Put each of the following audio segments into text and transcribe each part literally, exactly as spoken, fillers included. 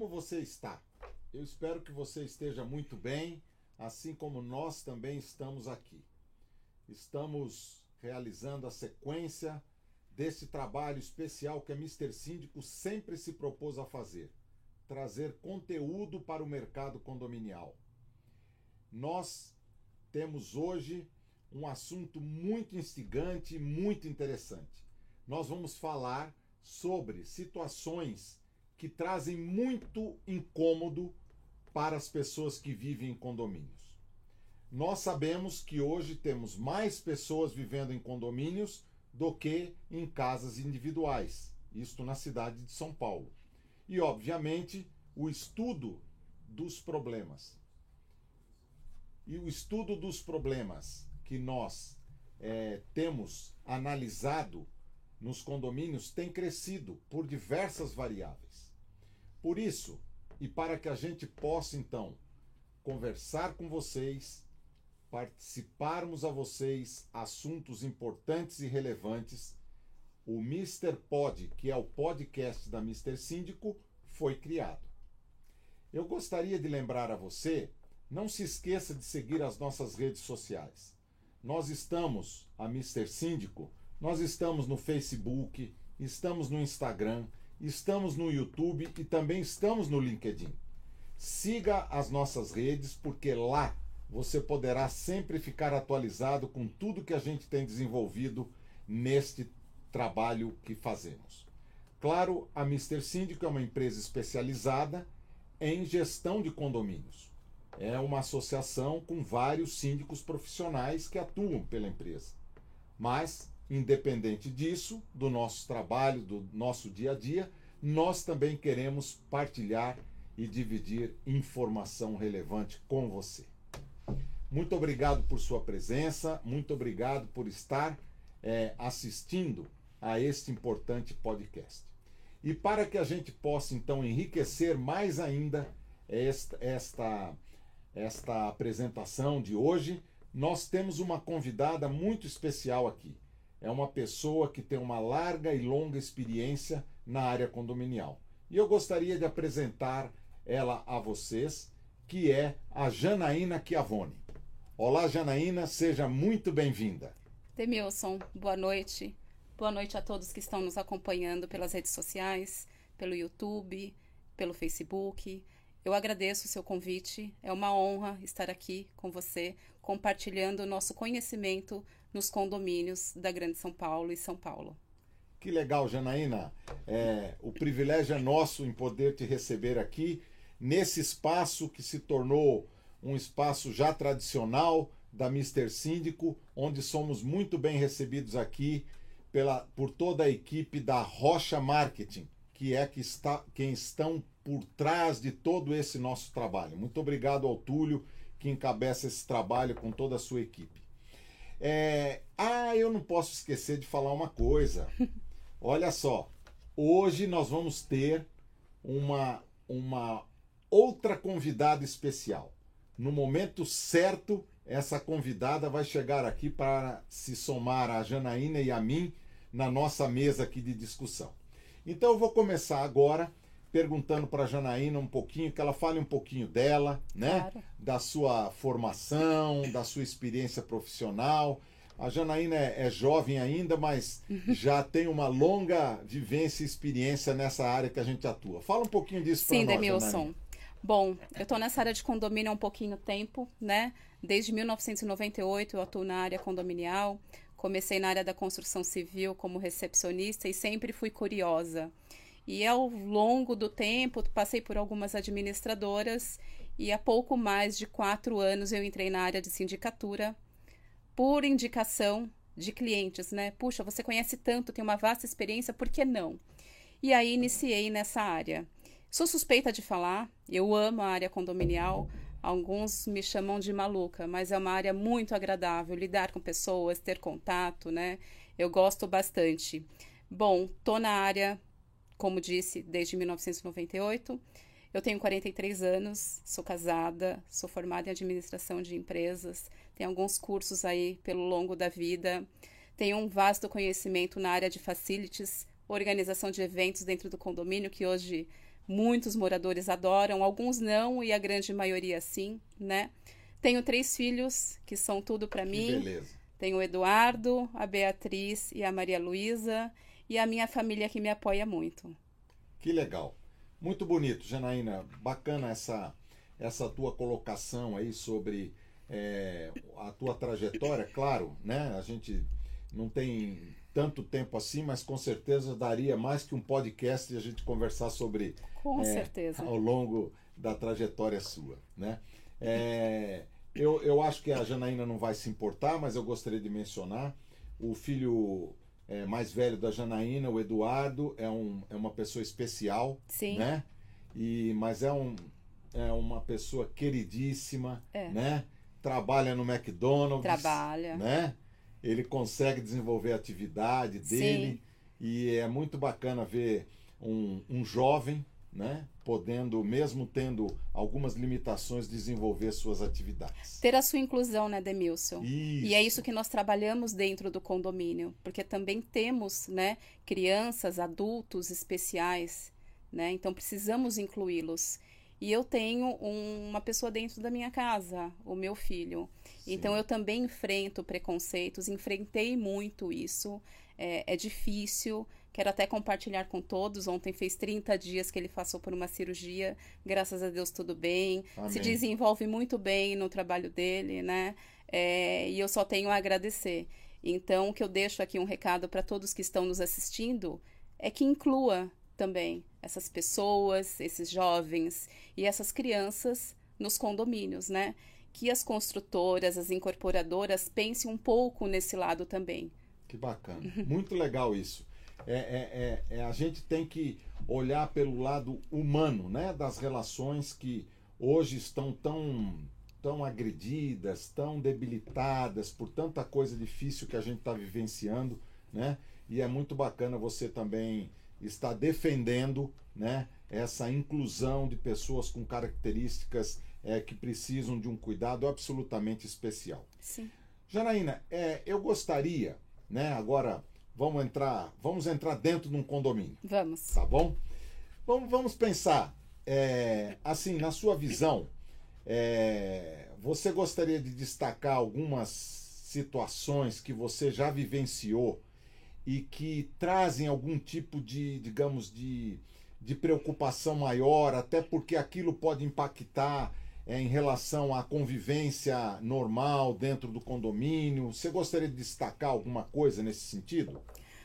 como você está? Eu espero que você esteja muito bem, assim como nós também estamos aqui. Estamos realizando a sequência desse trabalho especial que a mister Síndico sempre se propôs a fazer, trazer conteúdo para o mercado condominial. Nós temos hoje um assunto muito instigante e muito interessante. Nós vamos falar sobre situações que trazem muito incômodo para as pessoas que vivem em condomínios. Nós sabemos que hoje temos mais pessoas vivendo em condomínios do que em casas individuais, isto na cidade de São Paulo. E, obviamente, o estudo dos problemas. E o estudo dos problemas que nós é, temos analisado nos condomínios tem crescido por diversas variáveis. Por isso, e para que a gente possa, então, conversar com vocês, participarmos a vocês assuntos importantes e relevantes, o mister Pod, que é o podcast da mister Síndico, foi criado. Eu gostaria de lembrar a você, não se esqueça de seguir as nossas redes sociais. Nós estamos, a mister Síndico, nós estamos no Facebook, estamos no Instagram, estamos no YouTube e também estamos no LinkedIn. Siga as nossas redes, porque lá você poderá sempre ficar atualizado com tudo que a gente tem desenvolvido neste trabalho que fazemos. Claro, a mister Síndico é uma empresa especializada em gestão de condomínios. É uma associação com vários síndicos profissionais que atuam pela empresa. Mas, independente disso, do nosso trabalho, do nosso dia a dia, nós também queremos partilhar e dividir informação relevante com você. Muito obrigado por sua presença, muito obrigado por estar é, assistindo a este importante podcast. E para que a gente possa, então, enriquecer mais ainda esta, esta, esta apresentação de hoje, nós temos uma convidada muito especial aqui. É uma pessoa que tem uma larga e longa experiência na área condominial. E eu gostaria de apresentar ela a vocês, que é a Janaína Chiavone. Olá, Janaína, seja muito bem-vinda. Demilson, boa noite. Boa noite a todos que estão nos acompanhando pelas redes sociais, pelo YouTube, pelo Facebook. Eu agradeço o seu convite. É uma honra estar aqui com você, compartilhando o nosso conhecimento nos condomínios da Grande São Paulo e São Paulo. Que legal, Janaína. É, o privilégio é nosso em poder te receber aqui, nesse espaço que se tornou um espaço já tradicional da mister Síndico, onde somos muito bem recebidos aqui pela, por toda a equipe da Rocha Marketing, que é que está, quem estão por trás de todo esse nosso trabalho. Muito obrigado ao Túlio, que encabeça esse trabalho com toda a sua equipe. É, ah, eu não posso esquecer de falar uma coisa. Olha só, hoje nós vamos ter uma, uma outra convidada especial. No momento certo, essa convidada vai chegar aqui para se somar a Janaína e a mim na nossa mesa aqui de discussão. Então eu vou começar agora perguntando para a Janaína um pouquinho, que ela fale um pouquinho dela, né? Claro. Da sua formação, da sua experiência profissional. A Janaína é, é jovem ainda, mas já tem uma longa vivência e experiência nessa área que a gente atua. Fala um pouquinho disso para nós, Sim, Demilson. Janaína. Bom, eu estou nessa área de condomínio há um pouquinho tempo, né? Desde mil novecentos e noventa e oito eu atuo na área condominial. Comecei na área da construção civil como recepcionista e sempre fui curiosa. E ao longo do tempo, passei por algumas administradoras e há pouco mais de quatro anos eu entrei na área de sindicatura por indicação de clientes, né? Puxa, você conhece tanto, tem uma vasta experiência, por que não? E aí iniciei nessa área. Sou suspeita de falar, eu amo a área condominial, alguns me chamam de maluca, mas é uma área muito agradável, lidar com pessoas, ter contato, né? Eu gosto bastante. Bom, tô na área, como disse, desde mil novecentos e noventa e oito, eu tenho quarenta e três anos, sou casada, sou formada em administração de empresas, tenho alguns cursos aí pelo longo da vida, tenho um vasto conhecimento na área de facilities, organização de eventos dentro do condomínio, que hoje Muitos moradores adoram, alguns não, e a grande maioria sim, né? Tenho três filhos, que são tudo para mim. Beleza. Tenho o Eduardo, a Beatriz e a Maria Luísa, e a minha família que me apoia muito. Que legal. Muito bonito, Janaína. Bacana essa, essa tua colocação aí sobre é, a tua trajetória. Claro, né? A gente não tem tanto tempo assim, mas com certeza daria mais que um podcast e a gente conversar sobre Com é, certeza. ao longo da trajetória sua, né? É, eu, eu acho que a Janaína não vai se importar, mas eu gostaria de mencionar o filho é, mais velho da Janaína, o Eduardo, é, um, é uma pessoa especial, Sim. né? E, mas é, um, é uma pessoa queridíssima, É. né? Trabalha no McDonald's, Trabalha. né? Ele consegue desenvolver a atividade dele. Sim. E é muito bacana ver um, um jovem, né, podendo, mesmo tendo algumas limitações, desenvolver suas atividades. Ter a sua inclusão, né, Demilson? Isso. E é isso que nós trabalhamos dentro do condomínio, porque também temos, né, crianças, adultos especiais, né? Então precisamos incluí-los. E eu tenho um, uma pessoa dentro da minha casa, o meu filho. Sim. Então eu também enfrento preconceitos, enfrentei muito isso. É, é difícil. Quero até compartilhar com todos. Ontem fez trinta dias que ele passou por uma cirurgia. Graças a Deus tudo bem. Amém. Se desenvolve muito bem no trabalho dele, né? É, e eu só tenho a agradecer. Então o que eu deixo aqui um recado para todos que estão nos assistindo é que inclua também essas pessoas, esses jovens e essas crianças nos condomínios, né? Que as construtoras, as incorporadoras pensem um pouco nesse lado também. Que bacana. Muito legal isso. É, é, é, é, a gente tem que olhar pelo lado humano, né? Das relações que hoje estão tão, tão agredidas, tão debilitadas por tanta coisa difícil que a gente está vivenciando, né? E é muito bacana você também está defendendo, né, essa inclusão de pessoas com características é, que precisam de um cuidado absolutamente especial. Sim. Janaína, é, eu gostaria, né, agora vamos entrar, vamos entrar dentro de um condomínio. Vamos. Tá bom? Vamos, vamos pensar, é, assim, na sua visão, é, você gostaria de destacar algumas situações que você já vivenciou e que trazem algum tipo de, digamos, de, de preocupação maior, até porque aquilo pode impactar é, em relação à convivência normal dentro do condomínio. Você gostaria de destacar alguma coisa nesse sentido?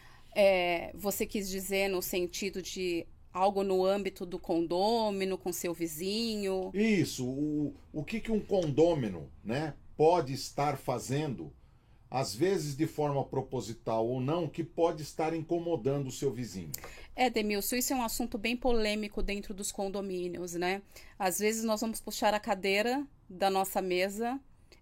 É, você quis dizer no sentido de algo no âmbito do condômino, com seu vizinho? Isso. O, o que, que um condômino, né, pode estar fazendo, às vezes de forma proposital ou não, que pode estar incomodando o seu vizinho. É, Demilson, isso é um assunto bem polêmico dentro dos condomínios, né? Às vezes nós vamos puxar a cadeira da nossa mesa,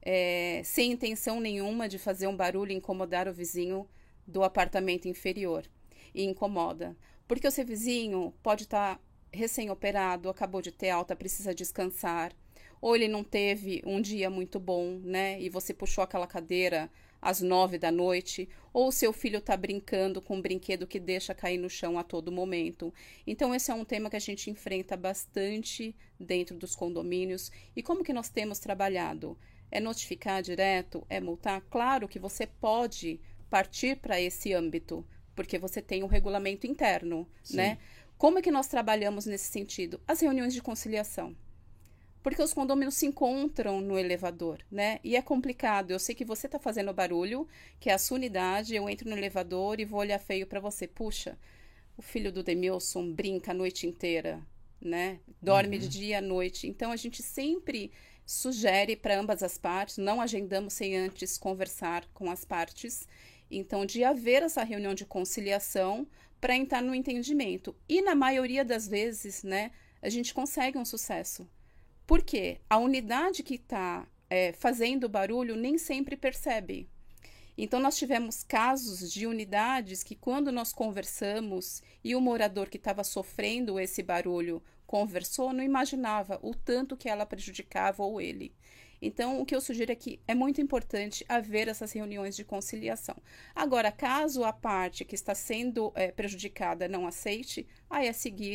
é, sem intenção nenhuma de fazer um barulho e incomodar o vizinho do apartamento inferior. E incomoda. Porque o seu vizinho pode estar recém-operado, acabou de ter alta, precisa descansar. Ou ele não teve um dia muito bom, né? E você puxou aquela cadeira às nove da noite, ou o seu filho está brincando com um brinquedo que deixa cair no chão a todo momento. Então esse é um tema que a gente enfrenta bastante dentro dos condomínios. E como que nós temos trabalhado? É notificar direto? É multar? Claro que você pode partir para esse âmbito, porque você tem um regulamento interno, Sim. né? Como é que nós trabalhamos nesse sentido? As reuniões de conciliação. Porque os condôminos se encontram no elevador, né? E é complicado. Eu sei que você está fazendo barulho, que é a sua unidade, eu entro no elevador e vou olhar feio para você. Puxa, o filho do Demilson brinca a noite inteira, né? Dorme Uhum. de dia à noite. Então, a gente sempre sugere para ambas as partes, não agendamos sem antes conversar com as partes. Então, de haver essa reunião de conciliação para entrar no entendimento. E, na maioria das vezes, né, a gente consegue um sucesso. Por quê? A unidade que está é, fazendo barulho nem sempre percebe. Então, nós tivemos casos de unidades que, quando nós conversamos e o morador que estava sofrendo esse barulho conversou, não imaginava o tanto que ela prejudicava ou ele. Então, o que eu sugiro é que é muito importante haver essas reuniões de conciliação. Agora, caso a parte que está sendo é, prejudicada não aceite, aí é seguir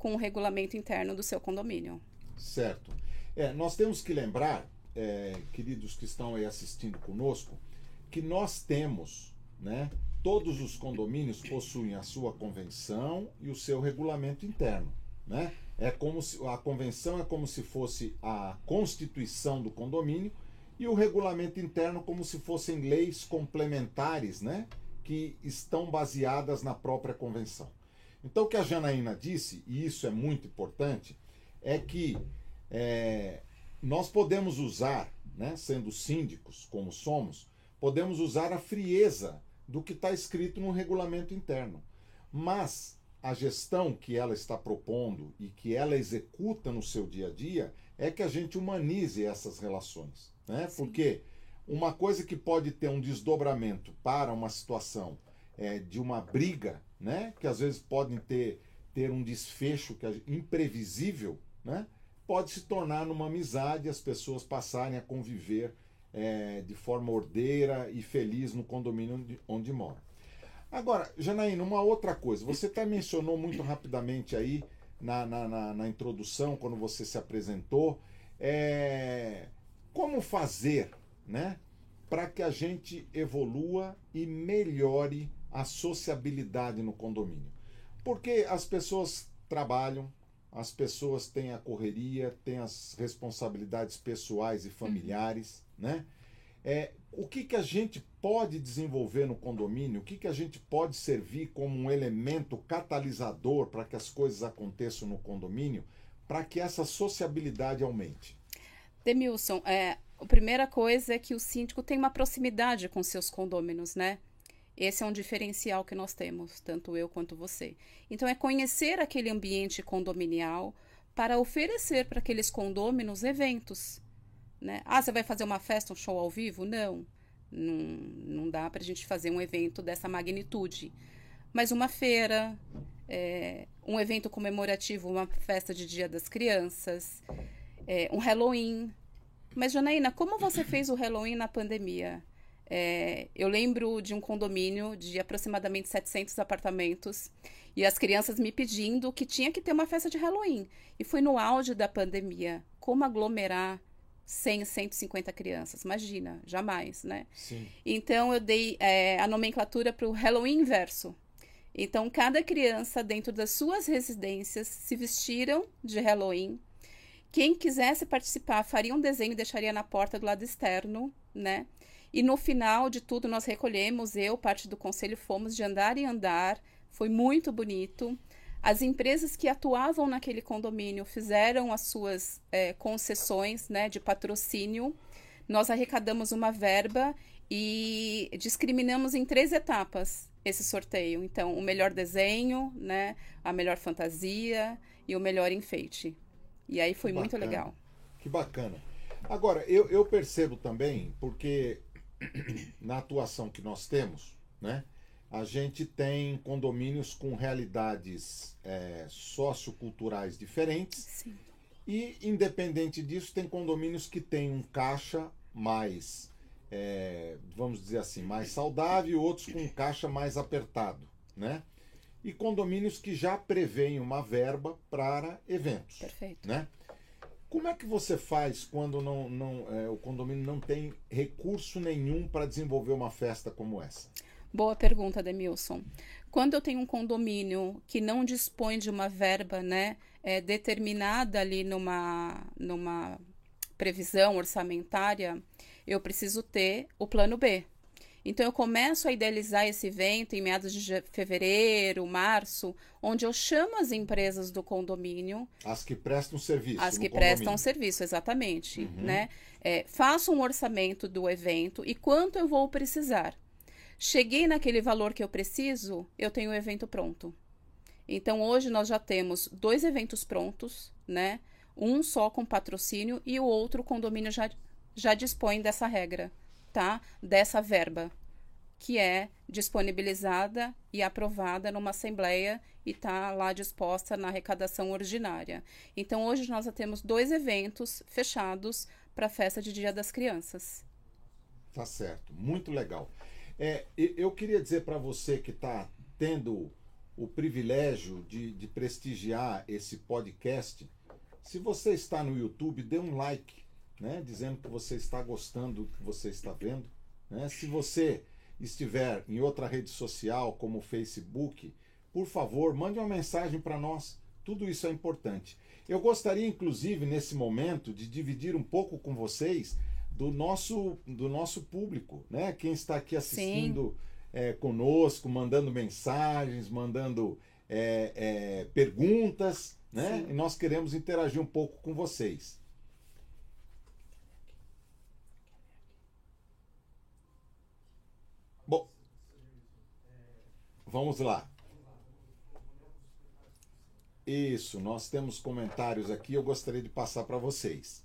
com o regulamento interno do seu condomínio. Certo. É, nós temos que lembrar, é, queridos que estão aí assistindo conosco, que nós temos, né, todos os condomínios possuem a sua convenção e o seu regulamento interno, né? É como se a convenção é como se fosse a constituição do condomínio e o regulamento interno como se fossem leis complementares, né, que estão baseadas na própria convenção. Então, o que a Janaína disse, e isso é muito importante, é que é, nós podemos usar, né, sendo síndicos como somos, podemos usar a frieza do que está escrito no regulamento interno. Mas a gestão que ela está propondo e que ela executa no seu dia a dia é que a gente humanize essas relações, né? Porque uma coisa que pode ter um desdobramento para uma situação é, de uma briga, né, que às vezes podem ter, ter um desfecho que é imprevisível, né, pode se tornar numa amizade e as pessoas passarem a conviver é, de forma ordeira e feliz no condomínio onde, onde mora. Agora, Janaína, uma outra coisa. Você até mencionou muito rapidamente aí na, na, na, na introdução, quando você se apresentou, é, como fazer, né, para que a gente evolua e melhore a sociabilidade no condomínio. Porque as pessoas trabalham, as pessoas têm a correria, têm as responsabilidades pessoais e familiares, uhum. né? É, o que, que a gente pode desenvolver no condomínio, o que, que a gente pode servir como um elemento catalisador para que as coisas aconteçam no condomínio, para que essa sociabilidade aumente? Demilson, é, a primeira coisa é que o síndico tem uma proximidade com seus condôminos, né? Esse é um diferencial que nós temos, tanto eu quanto você. Então, é conhecer aquele ambiente condominial para oferecer para aqueles condôminos eventos, né? Ah, você vai fazer uma festa, um show ao vivo? Não, não, não dá para a gente fazer um evento dessa magnitude. Mas uma feira, é, um evento comemorativo, uma festa de Dia das Crianças, é, um Halloween. Mas, Janaína, como você fez o Halloween na pandemia? É, eu lembro de um condomínio de aproximadamente setecentos apartamentos e as crianças me pedindo que tinha que ter uma festa de Halloween. E foi no auge da pandemia. Como aglomerar cem, cento e cinquenta crianças? Imagina, jamais, né? Sim. Então, eu dei é, a nomenclatura para o Halloween inverso. Então, cada criança dentro das suas residências se vestiram de Halloween. Quem quisesse participar faria um desenho e deixaria na porta do lado externo, né? E no final de tudo nós recolhemos, eu, parte do conselho, fomos de andar em andar, foi muito bonito. As empresas que atuavam naquele condomínio fizeram as suas é, concessões, né, de patrocínio. Nós arrecadamos uma verba e discriminamos em três etapas esse sorteio. Então, o melhor desenho, né, a melhor fantasia e o melhor enfeite. E aí foi muito legal. Que bacana. Agora, eu, eu percebo também, porque na atuação que nós temos, né, a gente tem condomínios com realidades é, socioculturais diferentes. Sim. E, independente disso, tem condomínios que têm um caixa mais, é, vamos dizer assim, mais saudável e outros com um caixa mais apertado, né? E condomínios que já prevêem uma verba para eventos. Perfeito. Né? Como é que você faz quando não, não, é, o condomínio não tem recurso nenhum para desenvolver uma festa como essa? Boa pergunta, Demilson. Quando eu tenho um condomínio que não dispõe de uma verba, né, é, determinada ali numa, numa previsão orçamentária, eu preciso ter o plano B. Então, eu começo a idealizar esse evento em meados de fevereiro, março, onde eu chamo as empresas do condomínio. As que prestam serviço. As que no prestam condomínio. serviço, exatamente. Uhum. Né? É, faço um orçamento do evento e quanto eu vou precisar. Cheguei naquele valor que eu preciso, eu tenho o evento pronto. Então, hoje nós já temos dois eventos prontos, né? Um só com patrocínio e o outro o condomínio já, já dispõe dessa regra. Tá? Dessa verba, que é disponibilizada e aprovada numa assembleia e está lá disposta na arrecadação ordinária. Então, hoje nós já temos dois eventos fechados para a festa de Dia das Crianças. Tá certo, muito legal. É, eu queria dizer para você que está tendo o, o privilégio de, de prestigiar esse podcast. Se você está no YouTube, dê um like, né? Dizendo que você está gostando do que você está vendo, né? Se você estiver em outra rede social, como o Facebook, por favor, mande uma mensagem para nós. Tudo isso é importante. Eu gostaria, inclusive, nesse momento, de dividir um pouco com vocês do nosso, do nosso público, né? Quem está aqui assistindo é, conosco, mandando mensagens, mandando é, é, perguntas, né? Sim. E nós queremos interagir um pouco com vocês. Bom, vamos lá. Isso, nós temos comentários aqui, eu gostaria de passar para vocês.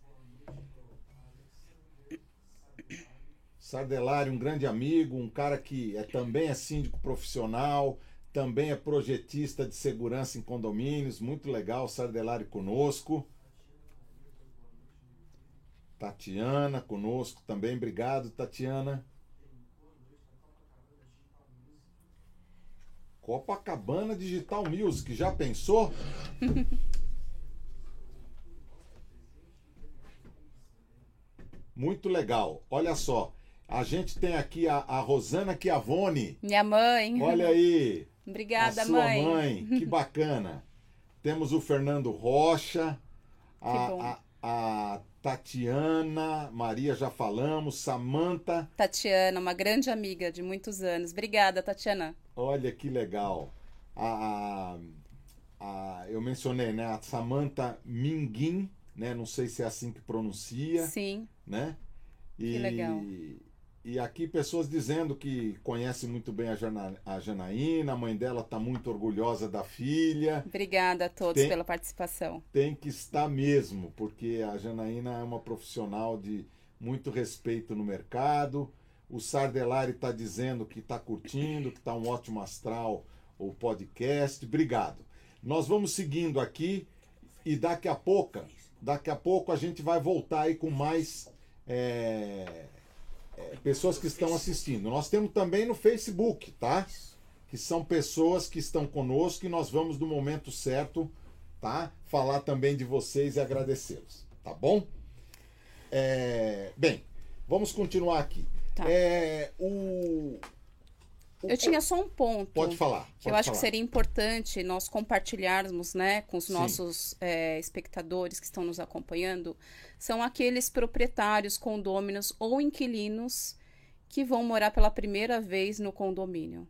Sardelari, um grande amigo, um cara que é, também é síndico profissional, também é projetista de segurança em condomínios, muito legal, Sardelari conosco. Tatiana conosco também, obrigado, Tatiana. Copacabana Digital Music, já pensou? Muito legal. Olha só, a gente tem aqui a, a Rosana Chiavone. Minha mãe. Olha aí. Obrigada, a sua mãe. mãe. Que bacana. Temos o Fernando Rocha, a, Que bom. a, a Tatiana, Maria já falamos, Samanta. Tatiana, uma grande amiga de muitos anos. Obrigada, Tatiana. Olha que legal. A, a, a, eu mencionei, né? A Samanta Minguim, né? Não sei se é assim que pronuncia. Sim. Né? E, que legal. E aqui pessoas dizendo que conhecem muito bem a, Jana, a Janaína, a mãe dela está muito orgulhosa da filha. Obrigada a todos tem, pela participação. Tem que estar mesmo, porque a Janaína é uma profissional de muito respeito no mercado. O Sardelari está dizendo que está curtindo, que está um ótimo astral o podcast. Obrigado. Nós vamos seguindo aqui e daqui a pouco, daqui a pouco a gente vai voltar aí com mais é, é, pessoas que estão assistindo. Nós temos também no Facebook, tá? Que são pessoas que estão conosco e nós vamos no momento certo, tá? Falar também de vocês e agradecê-los, tá bom? É, bem, vamos continuar aqui. Tá. É, o, o, eu tinha só um ponto. Pode falar. Pode que eu acho falar. que seria importante nós compartilharmos, né, com os Sim. nossos é, espectadores que estão nos acompanhando, são aqueles proprietários, condôminos ou inquilinos que vão morar pela primeira vez no condomínio.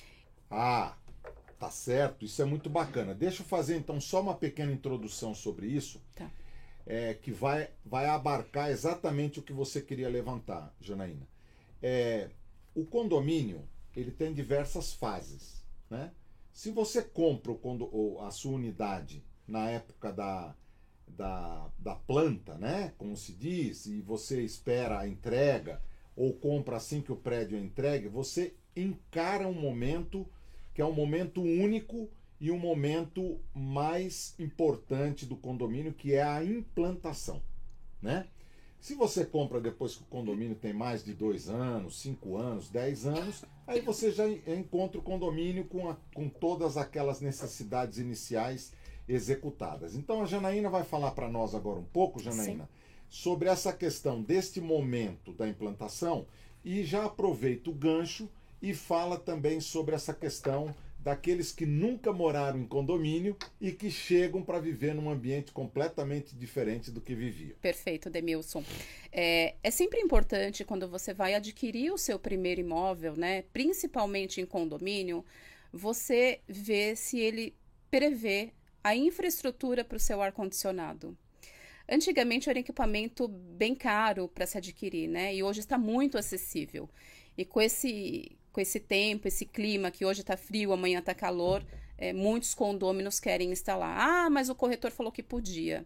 Ah, tá certo. Isso é muito bacana. Deixa eu fazer então só uma pequena introdução sobre isso. Tá. É, que vai, vai abarcar exatamente o que você queria levantar, Janaína. É, o condomínio, ele tem diversas fases, né? Se você compra o condo, ou a sua unidade na época da, da, da planta, né? Como se diz, e você espera a entrega, ou compra assim que o prédio é entregue, você encara um momento que é um momento único e um momento mais importante do condomínio, que é a implantação, né? Se você compra depois que o condomínio tem mais de dois anos, cinco anos, dez anos, aí você já encontra o condomínio com, a, com todas aquelas necessidades iniciais executadas. Então a Janaína vai falar para nós agora um pouco, Janaína, Sim. sobre essa questão deste momento da implantação e já aproveita o gancho e fala também sobre essa questão daqueles que nunca moraram em condomínio e que chegam para viver num ambiente completamente diferente do que viviam. Perfeito, Demilson. É, é sempre importante quando você vai adquirir o seu primeiro imóvel, né, principalmente em condomínio, você ver se ele prevê a infraestrutura para o seu ar-condicionado. Antigamente era um equipamento bem caro para se adquirir, né, e hoje está muito acessível. E com esse... com esse tempo, esse clima que hoje está frio, amanhã está calor, é, muitos condôminos querem instalar. Ah, mas o corretor falou que podia.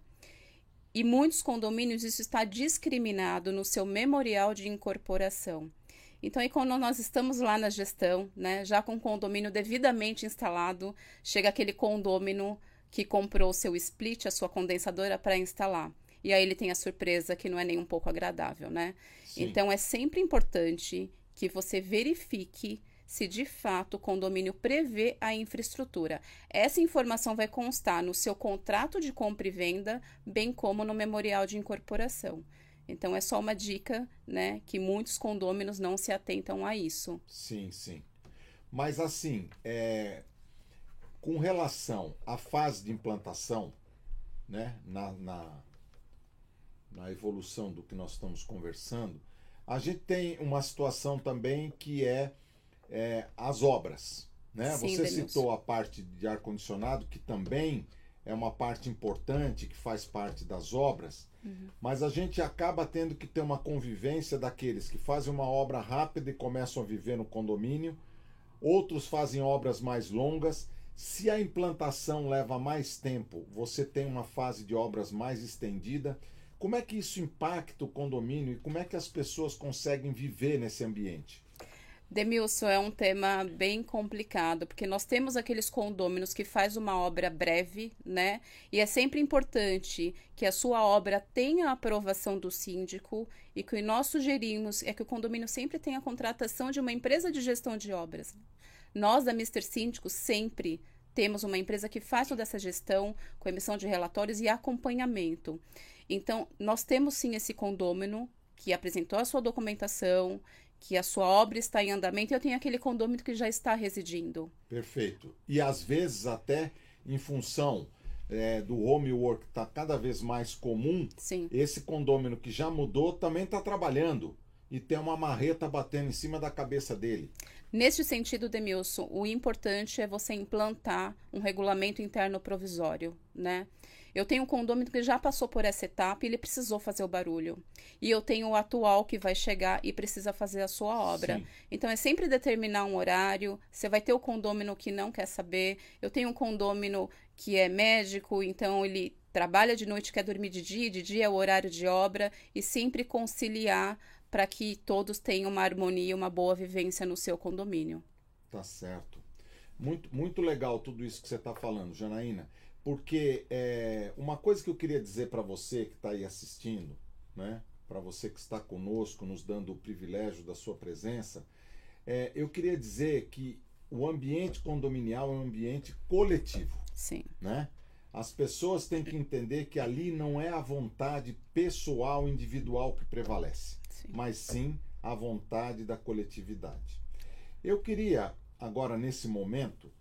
E muitos condomínios isso está discriminado no seu memorial de incorporação. Então, aí quando nós estamos lá na gestão, né, já com o condomínio devidamente instalado, chega aquele condômino que comprou o seu split, a sua condensadora, para instalar. E aí ele tem a surpresa que não é nem um pouco agradável, né? Sim. Então, é sempre importante que você verifique se de fato o condomínio prevê a infraestrutura. Essa informação vai constar no seu contrato de compra e venda, bem como no memorial de incorporação. Então, é só uma dica, né, que muitos condôminos não se atentam a isso. Sim, sim. Mas assim, é, com relação à fase de implantação, né, na, na, na evolução do que nós estamos conversando, a gente tem uma situação também que é, é as obras. Né? Sim, Você Denilson. citou a parte de ar-condicionado, que também é uma parte importante, que faz parte das obras, uhum. Mas a gente acaba tendo que ter uma convivência daqueles que fazem uma obra rápida e começam a viver no condomínio, outros fazem obras mais longas. Se a implantação leva mais tempo, você tem uma fase de obras mais estendida. Como é que isso impacta o condomínio e como é que as pessoas conseguem viver nesse ambiente? Demilson, é um tema bem complicado, porque nós temos aqueles condôminos que faz uma obra breve, né? E é sempre importante que a sua obra tenha a aprovação do síndico, e que nós sugerimos é que o condomínio sempre tenha a contratação de uma empresa de gestão de obras. Nós, da mister Síndico, sempre temos uma empresa que faz toda essa gestão, com emissão de relatórios e acompanhamento. Então, nós temos sim esse condômino que apresentou a sua documentação, que a sua obra está em andamento, e eu tenho aquele condômino que já está residindo. Perfeito. E às vezes até em função é, do homework está cada vez mais comum, sim. Esse condômino que já mudou também está trabalhando e tem uma marreta batendo em cima da cabeça dele. Neste sentido, Demilson, o importante é você implantar um regulamento interno provisório, né? Eu tenho um condômino que já passou por essa etapa e ele precisou fazer o barulho. E eu tenho o atual que vai chegar e precisa fazer a sua obra. Sim. Então, é sempre determinar um horário. Você vai ter o condômino que não quer saber. Eu tenho um condômino que é médico, então ele trabalha de noite, quer dormir de dia, de dia é o horário de obra, e sempre conciliar para que todos tenham uma harmonia, uma boa vivência no seu condomínio. Tá certo. Muito, muito legal tudo isso que você está falando, Janaína. Porque é, uma coisa que eu queria dizer para você que está aí assistindo, né, para você que está conosco, nos dando o privilégio da sua presença, é, eu queria dizer que o ambiente condominial é um ambiente coletivo. Sim. Né? As pessoas têm que entender que ali não é a vontade pessoal, individual que prevalece, sim. Mas sim a vontade da coletividade. Eu queria, agora nesse momento,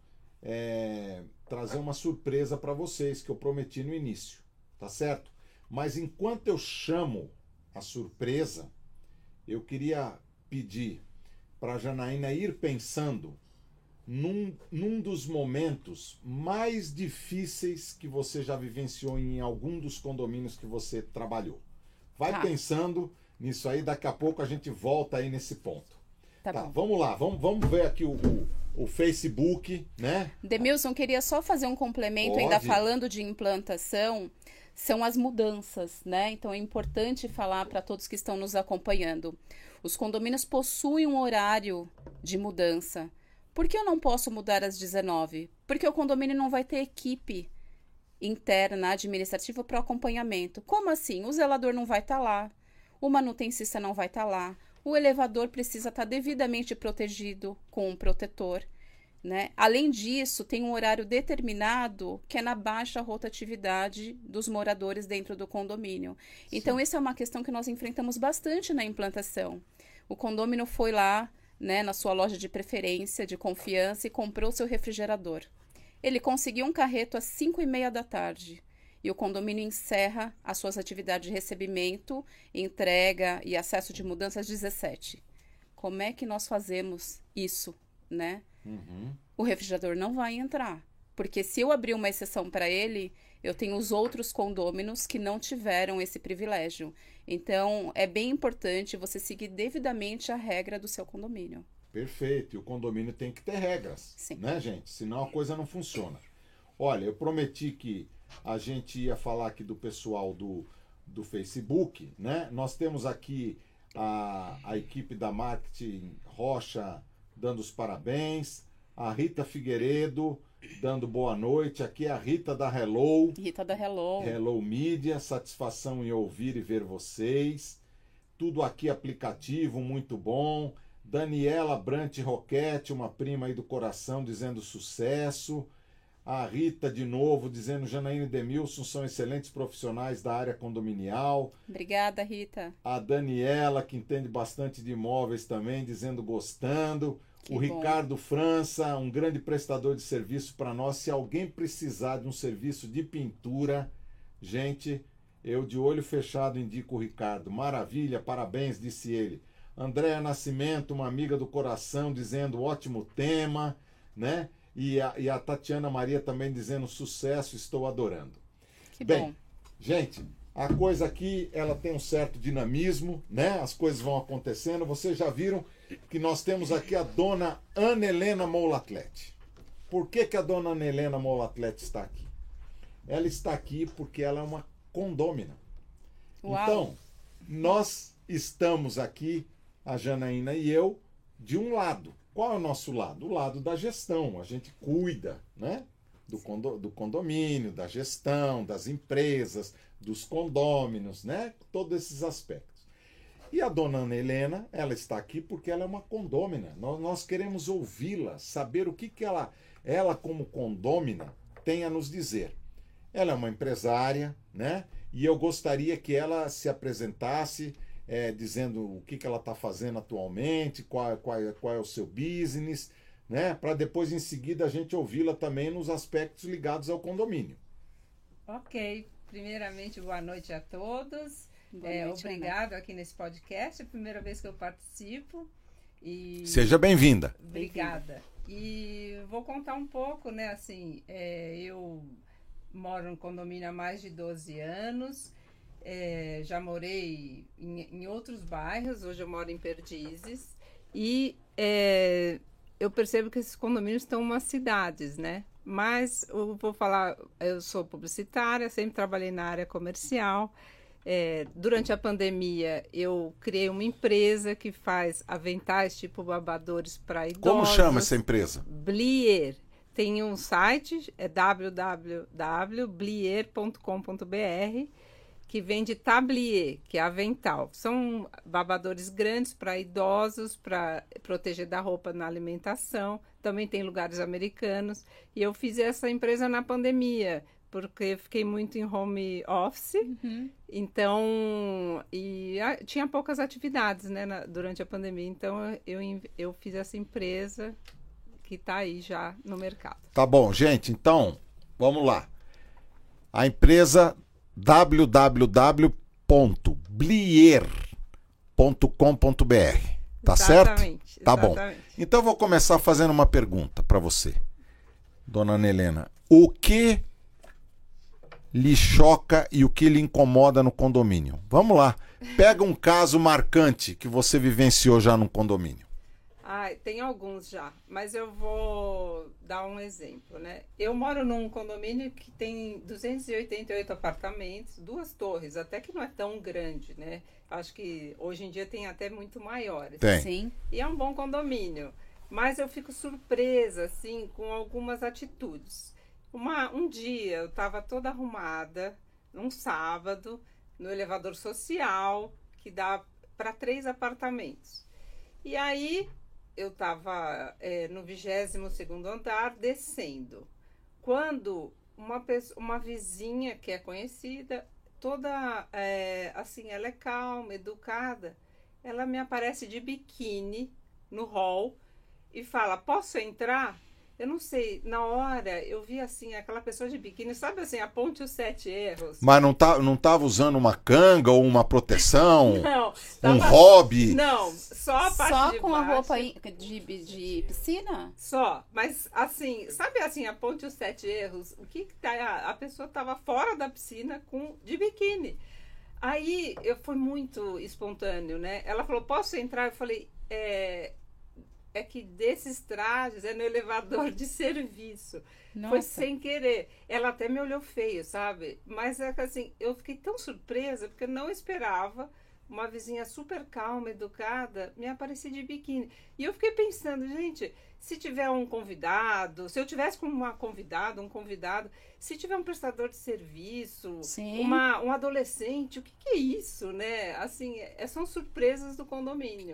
É, trazer uma surpresa para vocês que eu prometi no início, tá certo? Mas enquanto eu chamo a surpresa, eu queria pedir para a Janaína ir pensando num, num dos momentos mais difíceis que você já vivenciou em algum dos condomínios que você trabalhou. Vai tá. pensando nisso aí, daqui a pouco a gente volta aí nesse ponto. Tá, tá bom. Vamos lá, vamos, vamos ver aqui o... o O Facebook, né? Demilson, queria só fazer um complemento, Pode. ainda falando de implantação, são as mudanças, né? Então é importante falar para todos que estão nos acompanhando. Os condomínios possuem um horário de mudança. Por que eu não posso mudar às dezenove? Porque o condomínio não vai ter equipe interna, administrativa para o acompanhamento. Como assim? O zelador não vai estar lá, o manutencista não vai estar lá. O elevador precisa estar devidamente protegido com um protetor, né? Além disso, tem um horário determinado que é na baixa rotatividade dos moradores dentro do condomínio. Sim. Então, essa é uma questão que nós enfrentamos bastante na implantação. O condômino foi lá, né, na sua loja de preferência, de confiança, e comprou seu refrigerador. Ele conseguiu um carreto às cinco e meia da tarde. E o condomínio encerra as suas atividades de recebimento, entrega e acesso de mudança às dezessete. Como é que nós fazemos isso, né? Uhum. O refrigerador não vai entrar, porque se eu abrir uma exceção para ele, eu tenho os outros condôminos que não tiveram esse privilégio. Então, é bem importante você seguir devidamente a regra do seu condomínio. Perfeito. E o condomínio tem que ter regras, Sim. Né, gente? Senão a coisa não funciona. Olha, eu prometi que a gente ia falar aqui do pessoal do, do Facebook, né? Nós temos aqui a, a equipe da Marketing Rocha dando os parabéns, a Rita Figueiredo dando boa noite, aqui é a Rita da Hello. Rita da Hello. Hello Media, satisfação em ouvir e ver vocês. Tudo aqui aplicativo, muito bom. Daniela Brant Roquete, uma prima aí do coração, dizendo sucesso. A Rita, de novo, dizendo Janaína e Demilson são excelentes profissionais da área condominial. Obrigada, Rita. A Daniela, que entende bastante de imóveis também, dizendo gostando. Que o bom. Ricardo França, um grande prestador de serviço para nós. Se alguém precisar de um serviço de pintura, gente, eu de olho fechado indico o Ricardo. Maravilha, parabéns, disse ele. Andréa Nascimento, uma amiga do coração, dizendo ótimo tema, né? E a, e a Tatiana Maria também dizendo sucesso, estou adorando. Que Bem, bom. gente, a coisa aqui, ela tem um certo dinamismo, né? As coisas vão acontecendo. Vocês já viram que nós temos aqui a dona Ana Helena Moulatlete. Por que que a dona Ana Helena Moulatlete está aqui? Ela está aqui porque ela é uma condômina. Uau. Então, nós estamos aqui, a Janaína e eu, de um lado. Qual é o nosso lado? O lado da gestão. A gente cuida, né? Do, condo, do condomínio, da gestão, das empresas, dos condôminos, né? Todos esses aspectos. E a dona Ana Helena, ela está aqui porque ela é uma condômina. Nós, nós queremos ouvi-la, saber o que, que ela, ela, como condômina, tem a nos dizer. Ela é uma empresária, né? E eu gostaria que ela se apresentasse, é, dizendo o que, que ela está fazendo atualmente, qual, qual, qual é o seu business, né? Para depois, em seguida, a gente ouvi-la também nos aspectos ligados ao condomínio. Ok. Primeiramente, boa noite a todos. Boa É, noite, obrigado aqui nesse podcast. É a primeira vez que eu participo. E... Seja bem-vinda. Obrigada. E vou contar um pouco, né? Assim, é, eu moro no condomínio há mais de doze anos. É, já morei em, em outros bairros. Hoje eu moro em Perdizes. E é, eu percebo que esses condomínios estão umas cidades, né? Mas eu vou falar, eu sou publicitária, sempre trabalhei na área comercial. É, durante a pandemia, eu criei uma empresa que faz aventais tipo babadores para idosos. Como chama essa empresa? Blier. Tem um site, é w w w ponto blier ponto com ponto b r, que vende tablier, que é avental. São babadores grandes para idosos, para proteger da roupa na alimentação. Também tem lugares americanos. E eu fiz essa empresa na pandemia, porque fiquei muito em home office. Uhum. Então, e a, tinha poucas atividades, né, na, durante a pandemia. Então, eu, eu fiz essa empresa que está aí já no mercado. Tá bom, gente. Então, vamos lá. A empresa w w w ponto blier ponto com ponto b r. Tá Exatamente, certo? Tá exatamente. bom. Então eu vou começar fazendo uma pergunta para você, dona Ana Helena. O que lhe choca e o que lhe incomoda no condomínio? Vamos lá. Pega um caso marcante que você vivenciou já no condomínio. Ah, tem alguns já, mas eu vou dar um exemplo, né? Eu moro num condomínio que tem duzentos e oitenta e oito apartamentos, duas torres, até que não é tão grande, né? Acho que hoje em dia tem até muito maiores. Tem. Sim. E é um bom condomínio, mas eu fico surpresa, assim, com algumas atitudes. Uma, um dia eu estava toda arrumada, num sábado, no elevador social, que dá para três apartamentos. E aí eu estava é, no vigésimo segundo andar, descendo. Quando uma, pessoa, uma vizinha que é conhecida, toda, é, assim, ela é calma, educada, ela me aparece de biquíni no hall e fala, posso entrar? Eu não sei, na hora eu vi assim, aquela pessoa de biquíni, sabe assim, aponte os sete erros. Mas não tá, não tava usando uma canga ou uma proteção? Não. Um Tava, hobby? Não, só a parte Só de com a baixo. roupa de, de piscina? Só, mas assim, sabe assim, aponte os sete erros, o que que tá, a, a pessoa tava fora da piscina com, de biquíni. Aí, eu foi muito espontâneo, né? Ela falou, posso entrar? Eu falei, é... é que desses trajes é no elevador de serviço. Nossa. Foi sem querer. Ela até me olhou feio, sabe? Mas é que assim, eu fiquei tão surpresa porque eu não esperava uma vizinha super calma, educada, me aparecer de biquíni. E eu fiquei pensando, gente, se tiver um convidado, se eu tivesse como uma convidada, um convidado, se tiver um prestador de serviço, Sim. uma, um adolescente, o que, que é isso, né? Assim, é, são surpresas do condomínio.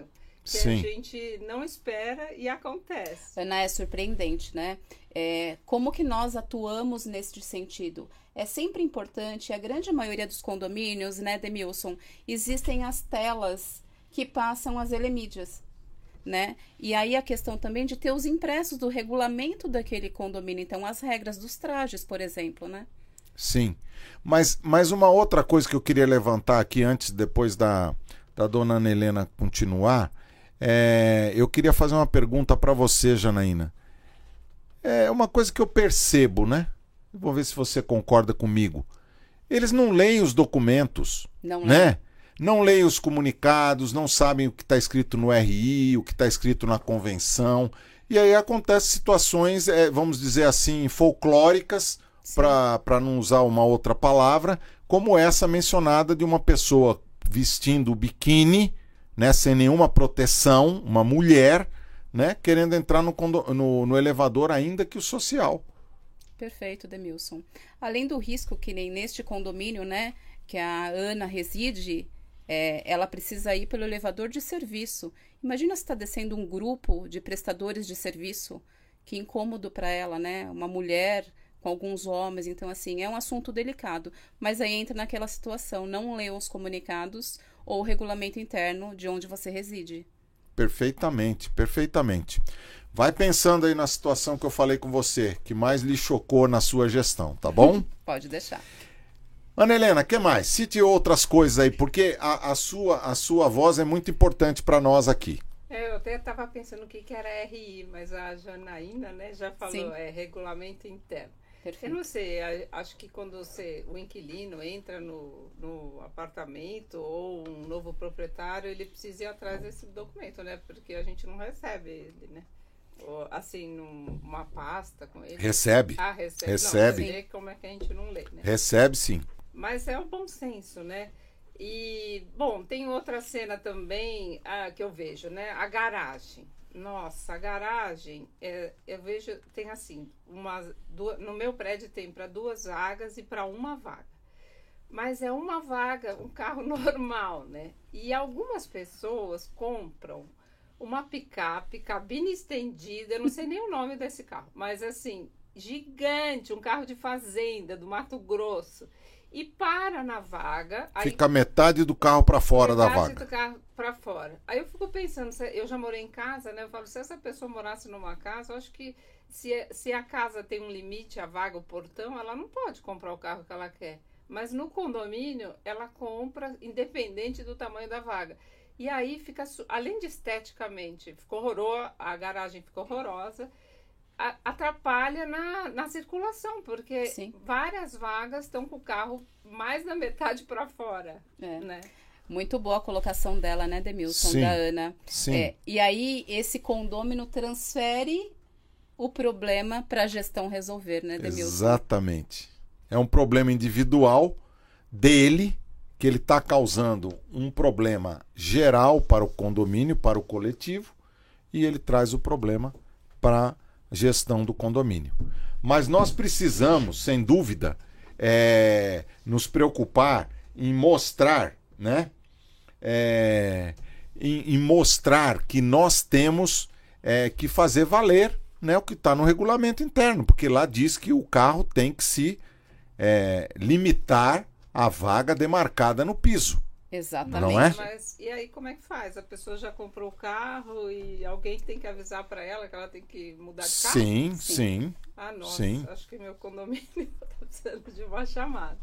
que Sim. a gente não espera e acontece. Ana, é surpreendente, né? É, como que nós atuamos nesse sentido? É sempre importante, a grande maioria dos condomínios, né, Demilson, existem as telas que passam as elemídias, né? E aí a questão também de ter os impressos do regulamento daquele condomínio, então as regras dos trajes, por exemplo, né? Sim. Mas, mas uma outra coisa que eu queria levantar aqui antes, depois da, da dona Ana Helena continuar, é, eu queria fazer uma pergunta para você, Janaína. É uma coisa que eu percebo, né? Vou ver se você concorda comigo. Eles não leem os documentos, Não né? leem. Não leem os comunicados, não sabem o que está escrito no R I, o que está escrito na convenção. E aí acontecem situações, é, vamos dizer assim, folclóricas, para não usar uma outra palavra, como essa mencionada de uma pessoa vestindo biquíni, né, sem nenhuma proteção, uma mulher, né, querendo entrar no, no, no elevador, ainda que o social. Perfeito, Demilson. Além do risco que nem neste condomínio, né, que a Ana reside, é, ela precisa ir pelo elevador de serviço. Imagina se está descendo um grupo de prestadores de serviço, que incômodo para ela, né, uma mulher com alguns homens, então assim, é um assunto delicado, mas aí entra naquela situação, não lê os comunicados ou o regulamento interno de onde você reside. Perfeitamente, perfeitamente. Vai pensando aí na situação que eu falei com você, que mais lhe chocou na sua gestão, tá bom? Pode deixar. Ana Helena, o que mais? Cite outras coisas aí, porque a, a, sua, a sua voz é muito importante para nós aqui. É, eu até estava pensando o que, que era R I, mas a Janaína, né, já falou, Sim. é regulamento interno. Perfeito. Eu não sei, acho que quando você, o inquilino entra no, no apartamento ou um novo proprietário, ele precisa ir atrás desse documento, né? Porque a gente não recebe ele, né? Ou, assim, numa pasta com ele. Recebe. Ah, recebe. Recebe. Não, sei como é que a gente não lê, né? Recebe, sim. Mas é o bom senso, né? E, bom, tem outra cena também ah, que eu vejo, né? A garagem. Nossa, a garagem, é, eu vejo, tem assim, uma, duas, no meu prédio tem para duas vagas e para uma vaga. Mas é uma vaga, um carro normal, né? E algumas pessoas compram uma picape, cabine estendida, eu não sei nem o nome desse carro, mas assim, gigante, um carro de fazenda do Mato Grosso. E para na vaga. Fica aí, metade do carro para fora da vaga. Metade do carro para fora. Aí eu fico pensando, eu já morei em casa, né? Eu falo, se essa pessoa morasse numa casa, eu acho que se, se a casa tem um limite, a vaga, o portão, ela não pode comprar o carro que ela quer. Mas no condomínio, ela compra independente do tamanho da vaga. E aí fica, além de esteticamente, ficou horroroso, a garagem ficou horrorosa. Atrapalha na, na circulação, porque Sim. várias vagas estão com o carro mais da metade para fora. É. Né? Muito boa a colocação dela, né, Demilson, Sim. da Ana. Sim. É, e aí, esse condômino transfere o problema para a gestão resolver, né, Demilson? Exatamente. É um problema individual dele, que ele está causando um problema geral para o condomínio, para o coletivo, e ele traz o problema para a gestão do condomínio. Mas nós precisamos, sem dúvida, é, nos preocupar em mostrar, né? É, em, em mostrar que nós temos é, que fazer valer, né, o que está no regulamento interno, porque lá diz que o carro tem que se é, limitar à vaga demarcada no piso. Exatamente. Não é? Mas e aí como é que faz? A pessoa já comprou o carro e alguém tem que avisar para ela que ela tem que mudar de carro? Sim, sim. sim. Ah, nossa, sim. Acho que meu condomínio está precisando de uma chamada.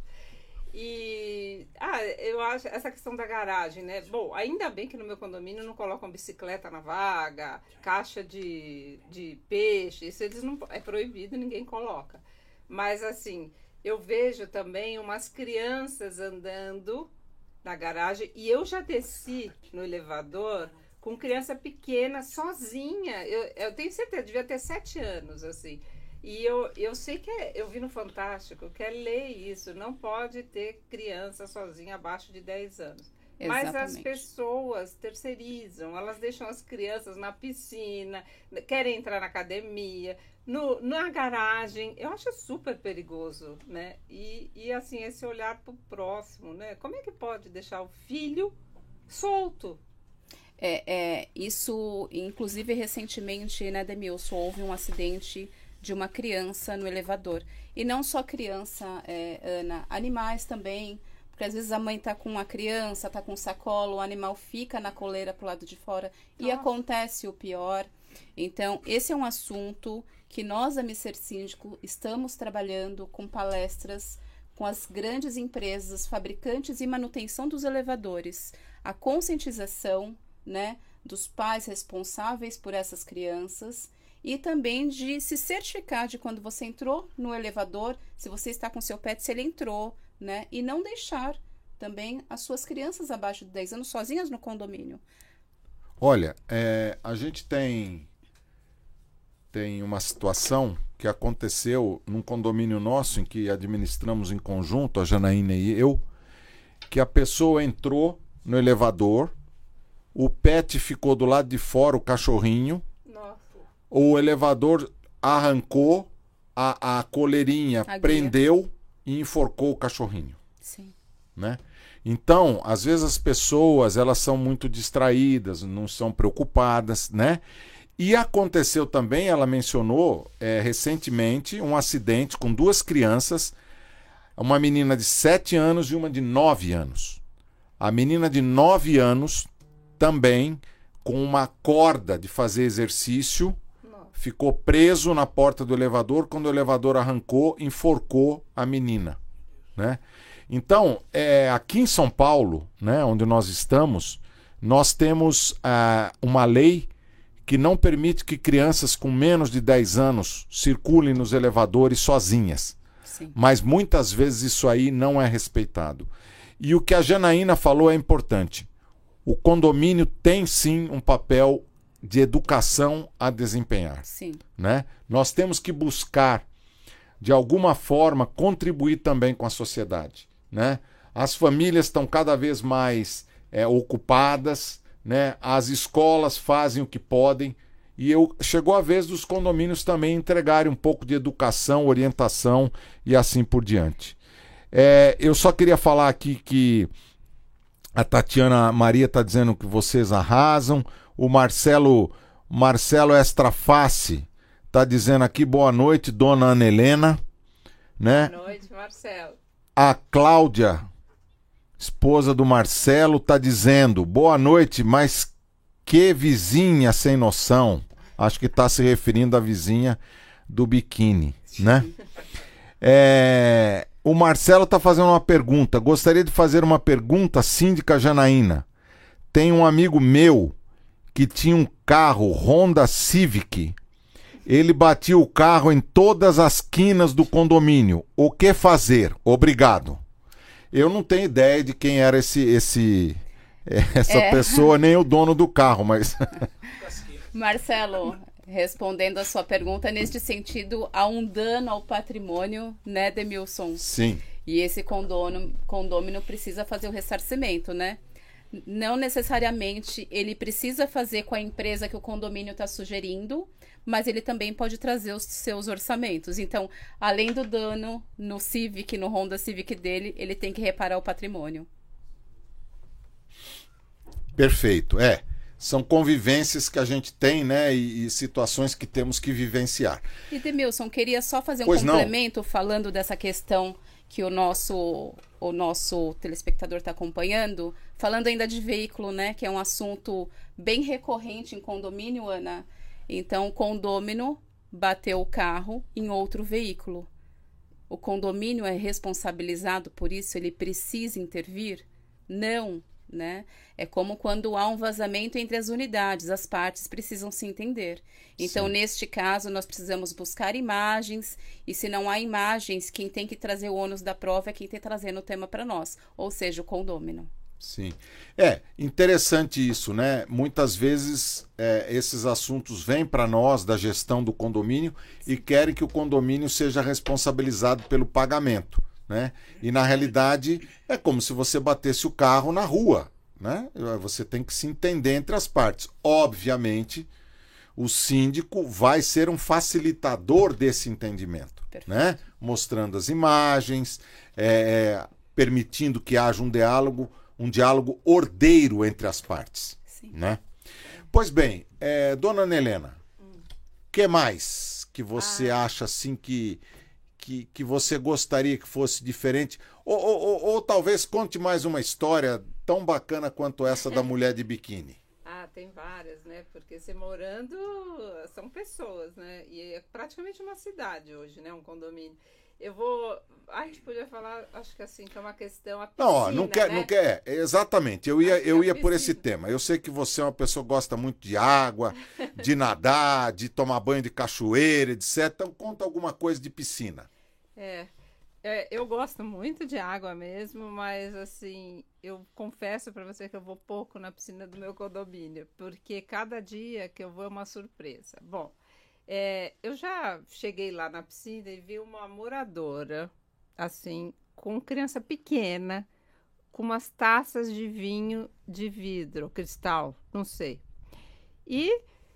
E ah, eu acho essa questão da garagem, né? Bom, ainda bem que no meu condomínio não colocam bicicleta na vaga, caixa de, de peixe, isso eles não é proibido, ninguém coloca. Mas assim, eu vejo também umas crianças andando na garagem e eu já desci no elevador com criança pequena, sozinha. Eu, eu tenho certeza, devia ter sete anos, assim. E eu, eu sei que é, eu vi no Fantástico, que é lei isso, não pode ter criança sozinha abaixo de dez anos. Exatamente. Mas as pessoas terceirizam, elas deixam as crianças na piscina, querem entrar na academia, no, na garagem. Eu acho super perigoso, né? E, e assim, esse olhar para o próximo, né? Como é que pode deixar o filho solto? É, é, isso, inclusive, recentemente, né, Demilson, houve um acidente de uma criança no elevador. E não só criança, é, Ana, animais também, porque às vezes a mãe tá com a criança, tá com um sacola, o animal fica na coleira pro lado de fora e Nossa. acontece o pior. Então, esse é um assunto que nós, a Mister Síndico, estamos trabalhando com palestras com as grandes empresas, fabricantes e manutenção dos elevadores, a conscientização, né, dos pais responsáveis por essas crianças e também de se certificar de quando você entrou no elevador, se você está com seu pet, se ele entrou, né, e não deixar também as suas crianças abaixo de dez anos sozinhas no condomínio. Olha, é, a gente tem, tem uma situação que aconteceu num condomínio nosso, em que administramos em conjunto, a Janaína e eu, que a pessoa entrou no elevador, o pet ficou do lado de fora, o cachorrinho, Nossa. o elevador arrancou, a, a coleirinha A prendeu e enforcou o cachorrinho. Sim. Né? Então, às vezes as pessoas, elas são muito distraídas, não são preocupadas, né? E aconteceu também, ela mencionou é, recentemente, um acidente com duas crianças, uma menina de sete anos e uma de nove anos. A menina de nove anos também, com uma corda de fazer exercício, Nossa. ficou preso na porta do elevador. Quando o elevador arrancou, enforcou a menina, né? Então, é, aqui em São Paulo, né, onde nós estamos, nós temos ah, uma lei que não permite que crianças com menos de dez anos circulem nos elevadores sozinhas. Sim. Mas muitas vezes isso aí não é respeitado. E o que a Janaína falou é importante. O condomínio tem sim um papel de educação a desempenhar. Sim. Né? Nós temos que buscar, de alguma forma, contribuir também com a sociedade. Né? As famílias estão cada vez mais é, ocupadas, né? As escolas fazem o que podem, e eu, chegou a vez dos condomínios também entregarem um pouco de educação, orientação e assim por diante. É, eu só queria falar aqui que a Tatiana Maria está dizendo que vocês arrasam, o Marcelo, Marcelo Extraface está dizendo aqui, boa noite, dona Ana Helena. Né? Boa noite, Marcelo. A Cláudia, esposa do Marcelo, está dizendo, boa noite, mas que vizinha sem noção. Acho que está se referindo à vizinha do biquíni, né? É, o Marcelo está fazendo uma pergunta. Gostaria de fazer uma pergunta, síndica Janaína. Tem um amigo meu que tinha um carro Honda Civic. Ele batia o carro em todas as quinas do condomínio. O que fazer? Obrigado. Eu não tenho ideia de quem era esse, esse, essa É. pessoa, nem o dono do carro, mas... Marcelo, respondendo a sua pergunta, neste sentido, há um dano ao patrimônio, né, Demilson? Sim. E esse condômino, condômino precisa fazer o ressarcimento, né? Não necessariamente ele precisa fazer com a empresa que o condomínio está sugerindo, mas ele também pode trazer os seus orçamentos. Então, além do dano no Civic, no Honda Civic dele, ele tem que reparar o patrimônio. Perfeito. É, são convivências que a gente tem, né, e, e situações que temos que vivenciar. E, Demilson, queria só fazer um Pois não. complemento falando dessa questão que o nosso, o nosso telespectador está acompanhando, falando ainda de veículo, né, que é um assunto bem recorrente em condomínio, Ana. Então, o condômino bateu o carro em outro veículo. O condomínio é responsabilizado por isso? Ele precisa intervir? Não, né? É como quando há um vazamento entre as unidades, as partes precisam se entender. Então, Sim. neste caso, nós precisamos buscar imagens, e se não há imagens, quem tem que trazer o ônus da prova é quem tem que trazer o tema para nós, ou seja, o condômino. Sim. É, interessante isso, né? Muitas vezes é, esses assuntos vêm para nós da gestão do condomínio e querem que o condomínio seja responsabilizado pelo pagamento, né? E na realidade é como se você batesse o carro na rua, né? Você tem que se entender entre as partes. Obviamente, o síndico vai ser um facilitador desse entendimento, né? Mostrando as imagens, é, permitindo que haja um diálogo, um diálogo ordeiro entre as partes, Sim. né? Pois bem, é, dona Ana Helena, o hum. que mais que você ah. acha assim que, que, que você gostaria que fosse diferente? Ou, ou, ou, ou talvez conte mais uma história tão bacana quanto essa da mulher de biquíni. Ah, tem várias, né? Porque você morando, são pessoas, né? E é praticamente uma cidade hoje, né? Um condomínio. Eu vou... A gente podia falar, acho que assim, que é uma questão... A piscina, não, ó, não quer, né? não quer. Exatamente, eu ia, eu ia por esse tema. Eu sei que você é uma pessoa que gosta muito de água, de nadar, de tomar banho de cachoeira, etcétera. Então, conta alguma coisa de piscina. É... É, eu gosto muito de água mesmo, mas assim, eu confesso para você que eu vou pouco na piscina do meu condomínio, porque cada dia que eu vou é uma surpresa. Bom, é, eu já cheguei lá na piscina e vi uma moradora, assim, com criança pequena, com umas taças de vinho de vidro, cristal, não sei. E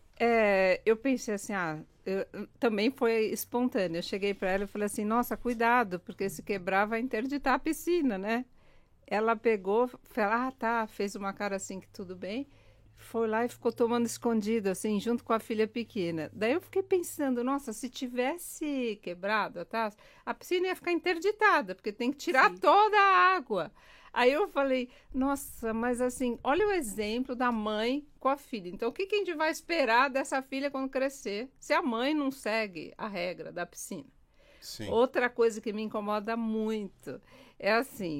é, eu pensei assim, ah... Eu, também foi espontâneo. Eu cheguei para ela e falei assim, nossa, cuidado, porque se quebrar vai interditar a piscina, né? Ela pegou, falou, ah, tá, fez uma cara assim que tudo bem, foi lá e ficou tomando escondido, assim, junto com a filha pequena. Daí eu fiquei pensando, nossa, se tivesse quebrado a taça, a piscina ia ficar interditada, porque tem que tirar Sim. toda a água. Aí eu falei, nossa, mas assim, olha o exemplo da mãe com a filha. Então, o que, que a gente vai esperar dessa filha quando crescer, se a mãe não segue a regra da piscina? Sim. Outra coisa que me incomoda muito é assim,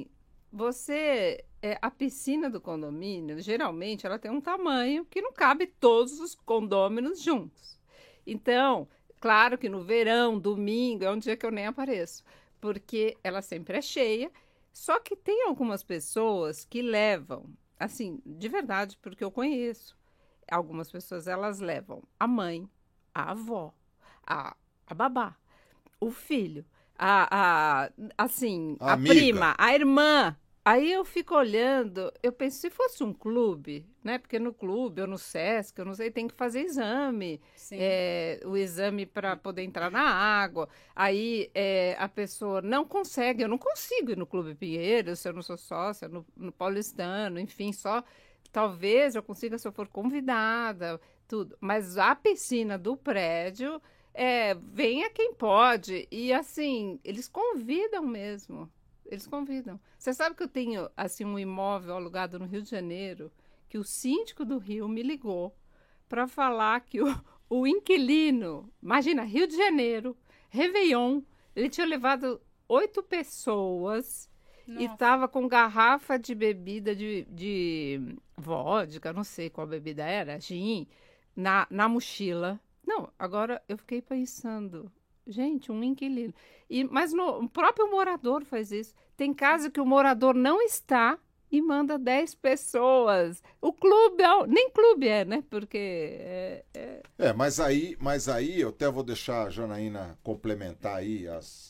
você, é, a piscina do condomínio, geralmente, ela tem um tamanho que não cabe todos os condôminos juntos. Então, claro que no verão, domingo, é um dia que eu nem apareço, porque ela sempre é cheia. Só que tem algumas pessoas que levam, assim, de verdade, porque eu conheço. Algumas pessoas, elas levam a mãe, a avó, a, a babá, o filho, a, a, assim, a, a prima, a irmã. Aí eu fico olhando, eu penso, se fosse um clube, né? Porque no clube ou no Sesc, eu não sei, tem que fazer exame. É, o exame para poder entrar na água. Aí é, a pessoa não consegue, eu não consigo ir no Clube Pinheiro, se eu não sou sócia, no, no Paulistano, enfim, só talvez eu consiga se eu for convidada, tudo. Mas a piscina do prédio, é, venha quem pode. E assim, eles convidam mesmo. Eles convidam. Você sabe que eu tenho assim um imóvel alugado no Rio de Janeiro, que o síndico do Rio me ligou para falar que o, o inquilino, imagina, Rio de Janeiro, Réveillon, ele tinha levado oito pessoas Nossa. E estava com garrafa de bebida de, de vodka, não sei qual bebida era, gin, na, na mochila. Não, agora eu fiquei pensando... Gente, um inquilino. E, mas no, o próprio morador faz isso. Tem casa que o morador não está e manda dez pessoas. O clube, é, nem clube é, né? Porque... É, é... é mas, aí, mas aí eu até vou deixar a Janaína complementar aí as,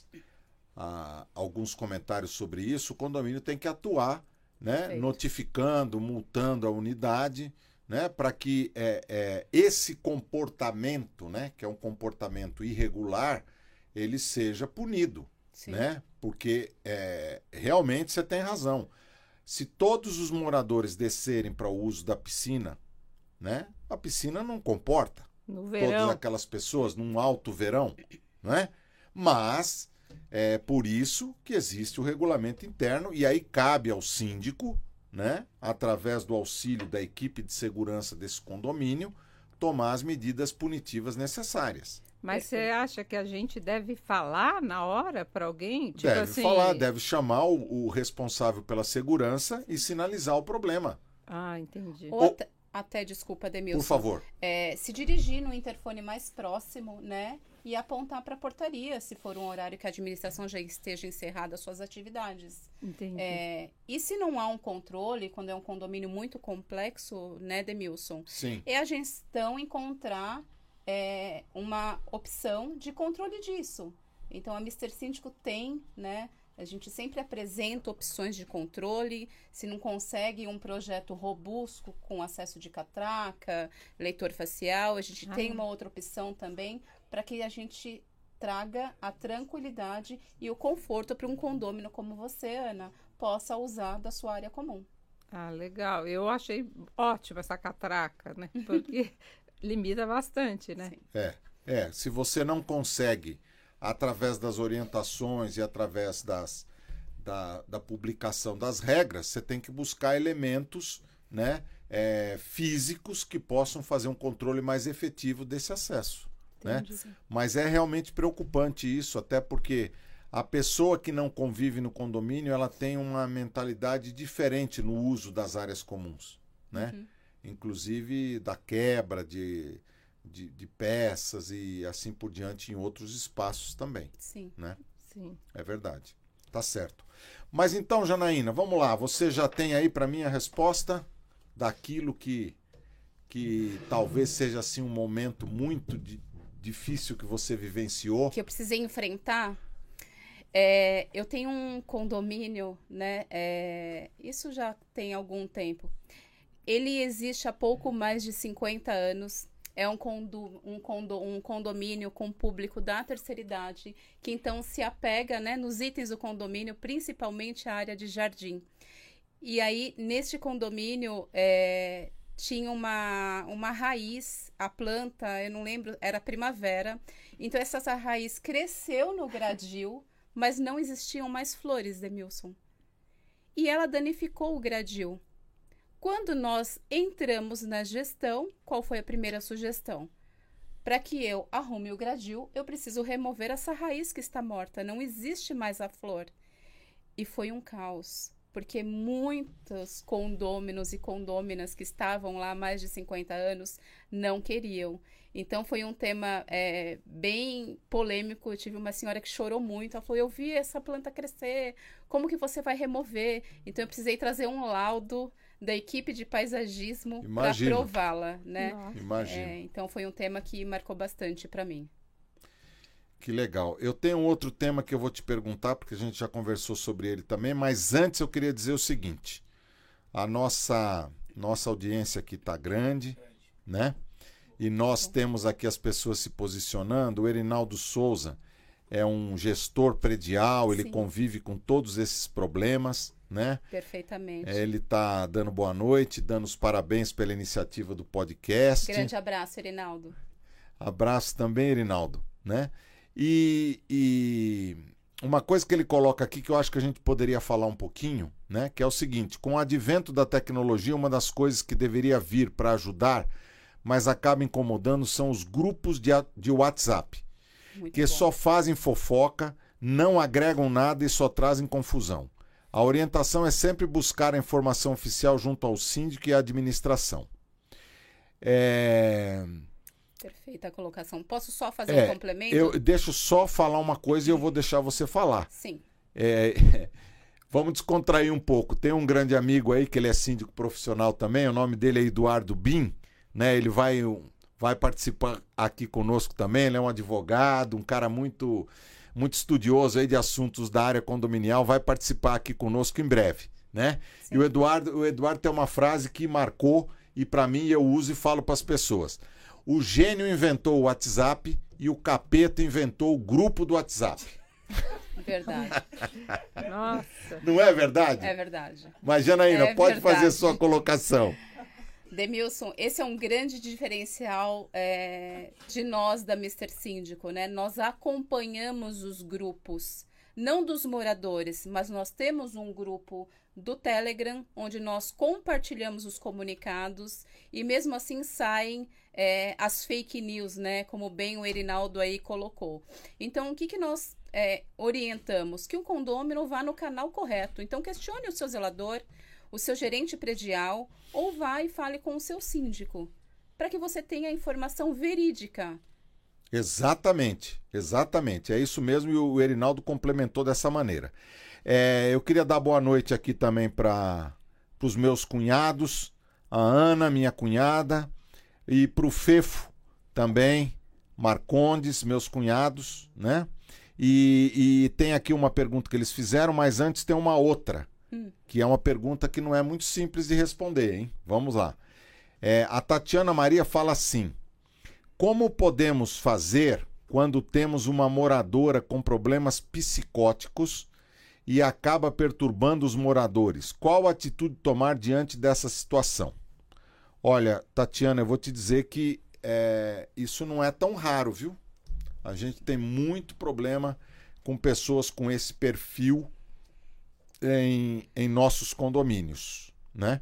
a, alguns comentários sobre isso. O condomínio tem que atuar, né? Perfeito. Notificando, multando a unidade, né, para que é, é, esse comportamento, né, que é um comportamento irregular, ele seja punido, né? Porque é, realmente você tem razão. Se todos os moradores descerem para o uso da piscina, né, a piscina não comporta no verão. Todas aquelas pessoas num alto verão, né? Mas é por isso que existe o regulamento interno e aí cabe ao síndico, né, através do auxílio da equipe de segurança desse condomínio, tomar as medidas punitivas necessárias. Mas você acha que a gente deve falar na hora para alguém? Tipo deve assim... falar, deve chamar o, o responsável pela segurança e sinalizar o problema. Ah, entendi. Ou até, até desculpa, Demilson. Por favor. É, se dirigir no interfone mais próximo, né? E apontar para a portaria, se for um horário que a administração já esteja encerrada as suas atividades. Entendi. É, e se não há um controle, quando é um condomínio muito complexo, né, Demilson? Sim. É a gestão encontrar é, uma opção de controle disso. Então, a mister Síndico tem, né? A gente sempre apresenta opções de controle. Se não consegue um projeto robusto com acesso de catraca, leitor facial, a gente ah. tem uma outra opção também para que a gente traga a tranquilidade e o conforto para um condômino como você, Ana, possa usar da sua área comum. Ah, legal. Eu achei ótima essa catraca, né? Porque limita bastante, né? Sim. É, é. Se você não consegue, através das orientações e através das, da, da publicação das regras, você tem que buscar elementos, né, é, físicos que possam fazer um controle mais efetivo desse acesso. Né? Mas é realmente preocupante isso, até porque a pessoa que não convive no condomínio, ela tem uma mentalidade diferente no uso das áreas comuns, né? Uhum. Inclusive da quebra de, de, de peças e assim por diante em outros espaços também. Sim. Né? Sim. É verdade. Tá certo. Mas então, Janaína, vamos lá. Você já tem aí para mim a resposta daquilo que, que talvez seja assim um momento muito di- difícil que você vivenciou? Que eu precisei enfrentar? É, eu tenho um condomínio, né? É, isso já tem algum tempo. Ele existe há pouco mais de cinquenta anos. É um, condo, um, condo, um condomínio com público da terceira idade, que então se apega, né, nos itens do condomínio, principalmente a área de jardim. E aí, neste condomínio, é, tinha uma, uma raiz, a planta, eu não lembro, era primavera. Então, essa raiz cresceu no gradil, mas não existiam mais flores, Demilson. E ela danificou o gradil. Quando nós entramos na gestão, qual foi a primeira sugestão? Para que eu arrume o gradil, eu preciso remover essa raiz que está morta. Não existe mais a flor. E foi um caos, porque muitos condôminos e condôminas que estavam lá há mais de cinquenta anos não queriam. Então, foi um tema é, bem polêmico. Eu tive uma senhora que chorou muito. Ela falou, eu vi essa planta crescer, como que você vai remover? Então, eu precisei trazer um laudo da equipe de paisagismo para prová-la, né? Imagino. É, então, foi um tema que marcou bastante para mim. Que legal. Eu tenho outro tema que eu vou te perguntar, porque a gente já conversou sobre ele também, mas antes eu queria dizer o seguinte. A nossa, nossa audiência aqui está grande, né? E nós temos aqui as pessoas se posicionando. O Erinaldo Souza é um gestor predial, ele Sim. convive com todos esses problemas, né? Perfeitamente. É, ele está dando boa noite, dando os parabéns pela iniciativa do podcast. Grande abraço, Erinaldo. Abraço também, Erinaldo, né? E, e uma coisa que ele coloca aqui que eu acho que a gente poderia falar um pouquinho, né? Que é o seguinte, com o advento da tecnologia, uma das coisas que deveria vir para ajudar, mas acaba incomodando, são os grupos de, de WhatsApp, Muito que bom. Só fazem fofoca, não agregam nada e só trazem confusão. A orientação é sempre buscar a informação oficial junto ao síndico e à administração. É... Perfeita a colocação. Posso só fazer é, um complemento? Eu deixo só falar uma coisa e eu vou deixar você falar. Sim. É, vamos descontrair um pouco. Tem um grande amigo aí, que ele é síndico profissional também, o nome dele é Eduardo Bin, né? Ele vai, vai participar aqui conosco também, ele é um advogado, um cara muito, muito estudioso aí de assuntos da área condominial, vai participar aqui conosco em breve, né? Sim. E o Eduardo, o Eduardo tem uma frase que marcou e para mim eu uso e falo para as pessoas. O gênio inventou o WhatsApp e o capeta inventou o grupo do WhatsApp. Verdade. Nossa. Não é verdade? É verdade. Mas, Janaína, é pode verdade. fazer sua colocação. Demilson, esse é um grande diferencial é, de nós da mister Síndico, né? Nós acompanhamos os grupos, não dos moradores, mas nós temos um grupo do Telegram, onde nós compartilhamos os comunicados e mesmo assim saem é, as fake news, né? Como bem o Erinaldo aí colocou. Então, o que, que nós é, orientamos? Que o condômino vá no canal correto. Então, questione o seu zelador, o seu gerente predial, ou vá e fale com o seu síndico, para que você tenha a informação verídica. Exatamente, exatamente. É isso mesmo, e o Erinaldo complementou dessa maneira. É, eu queria dar boa noite aqui também para os meus cunhados, a Ana, minha cunhada, e para o Fefo também, Marcondes, meus cunhados, né? E, e tem aqui uma pergunta que eles fizeram, mas antes tem uma outra, hum. que é uma pergunta que não é muito simples de responder, hein? Vamos lá. É, a Tatiana Maria fala assim: como podemos fazer quando temos uma moradora com problemas psicóticos e acaba perturbando os moradores. Qual atitude tomar diante dessa situação? Olha, Tatiana, eu vou te dizer que é, isso não é tão raro, viu? A gente tem muito problema com pessoas com esse perfil em, em nossos condomínios, né?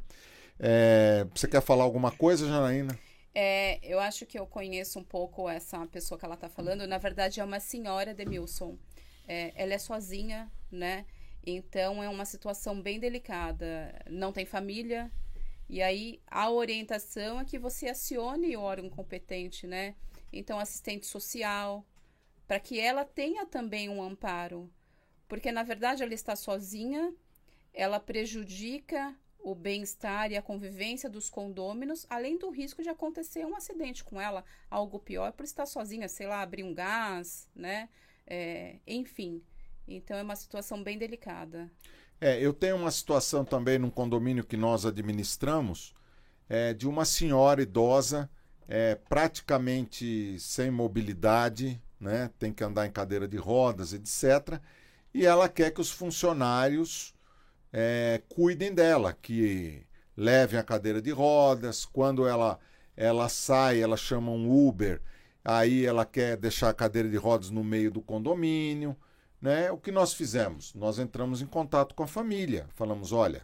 É, você quer falar alguma coisa, Janaína? É, eu acho que eu conheço um pouco essa pessoa que ela está falando. Na verdade, é uma senhora, Demilson. É, ela é sozinha, né? Então, é uma situação bem delicada. Não tem família. E aí, a orientação é que você acione o órgão competente, né? Então, assistente social, para que ela tenha também um amparo. Porque, na verdade, ela está sozinha, ela prejudica o bem-estar e a convivência dos condôminos, além do risco de acontecer um acidente com ela, algo pior por estar sozinha, sei lá, abrir um gás, né? É, enfim, então é uma situação bem delicada. É, eu tenho uma situação também num condomínio que nós administramos, é, de uma senhora idosa, é, praticamente sem mobilidade, né? Tem que andar em cadeira de rodas, etcétera. E ela quer que os funcionários É, cuidem dela, que levem a cadeira de rodas. Quando ela, ela sai, ela chama um Uber, aí ela quer deixar a cadeira de rodas no meio do condomínio, né? O que nós fizemos? Nós entramos em contato com a família, falamos, olha,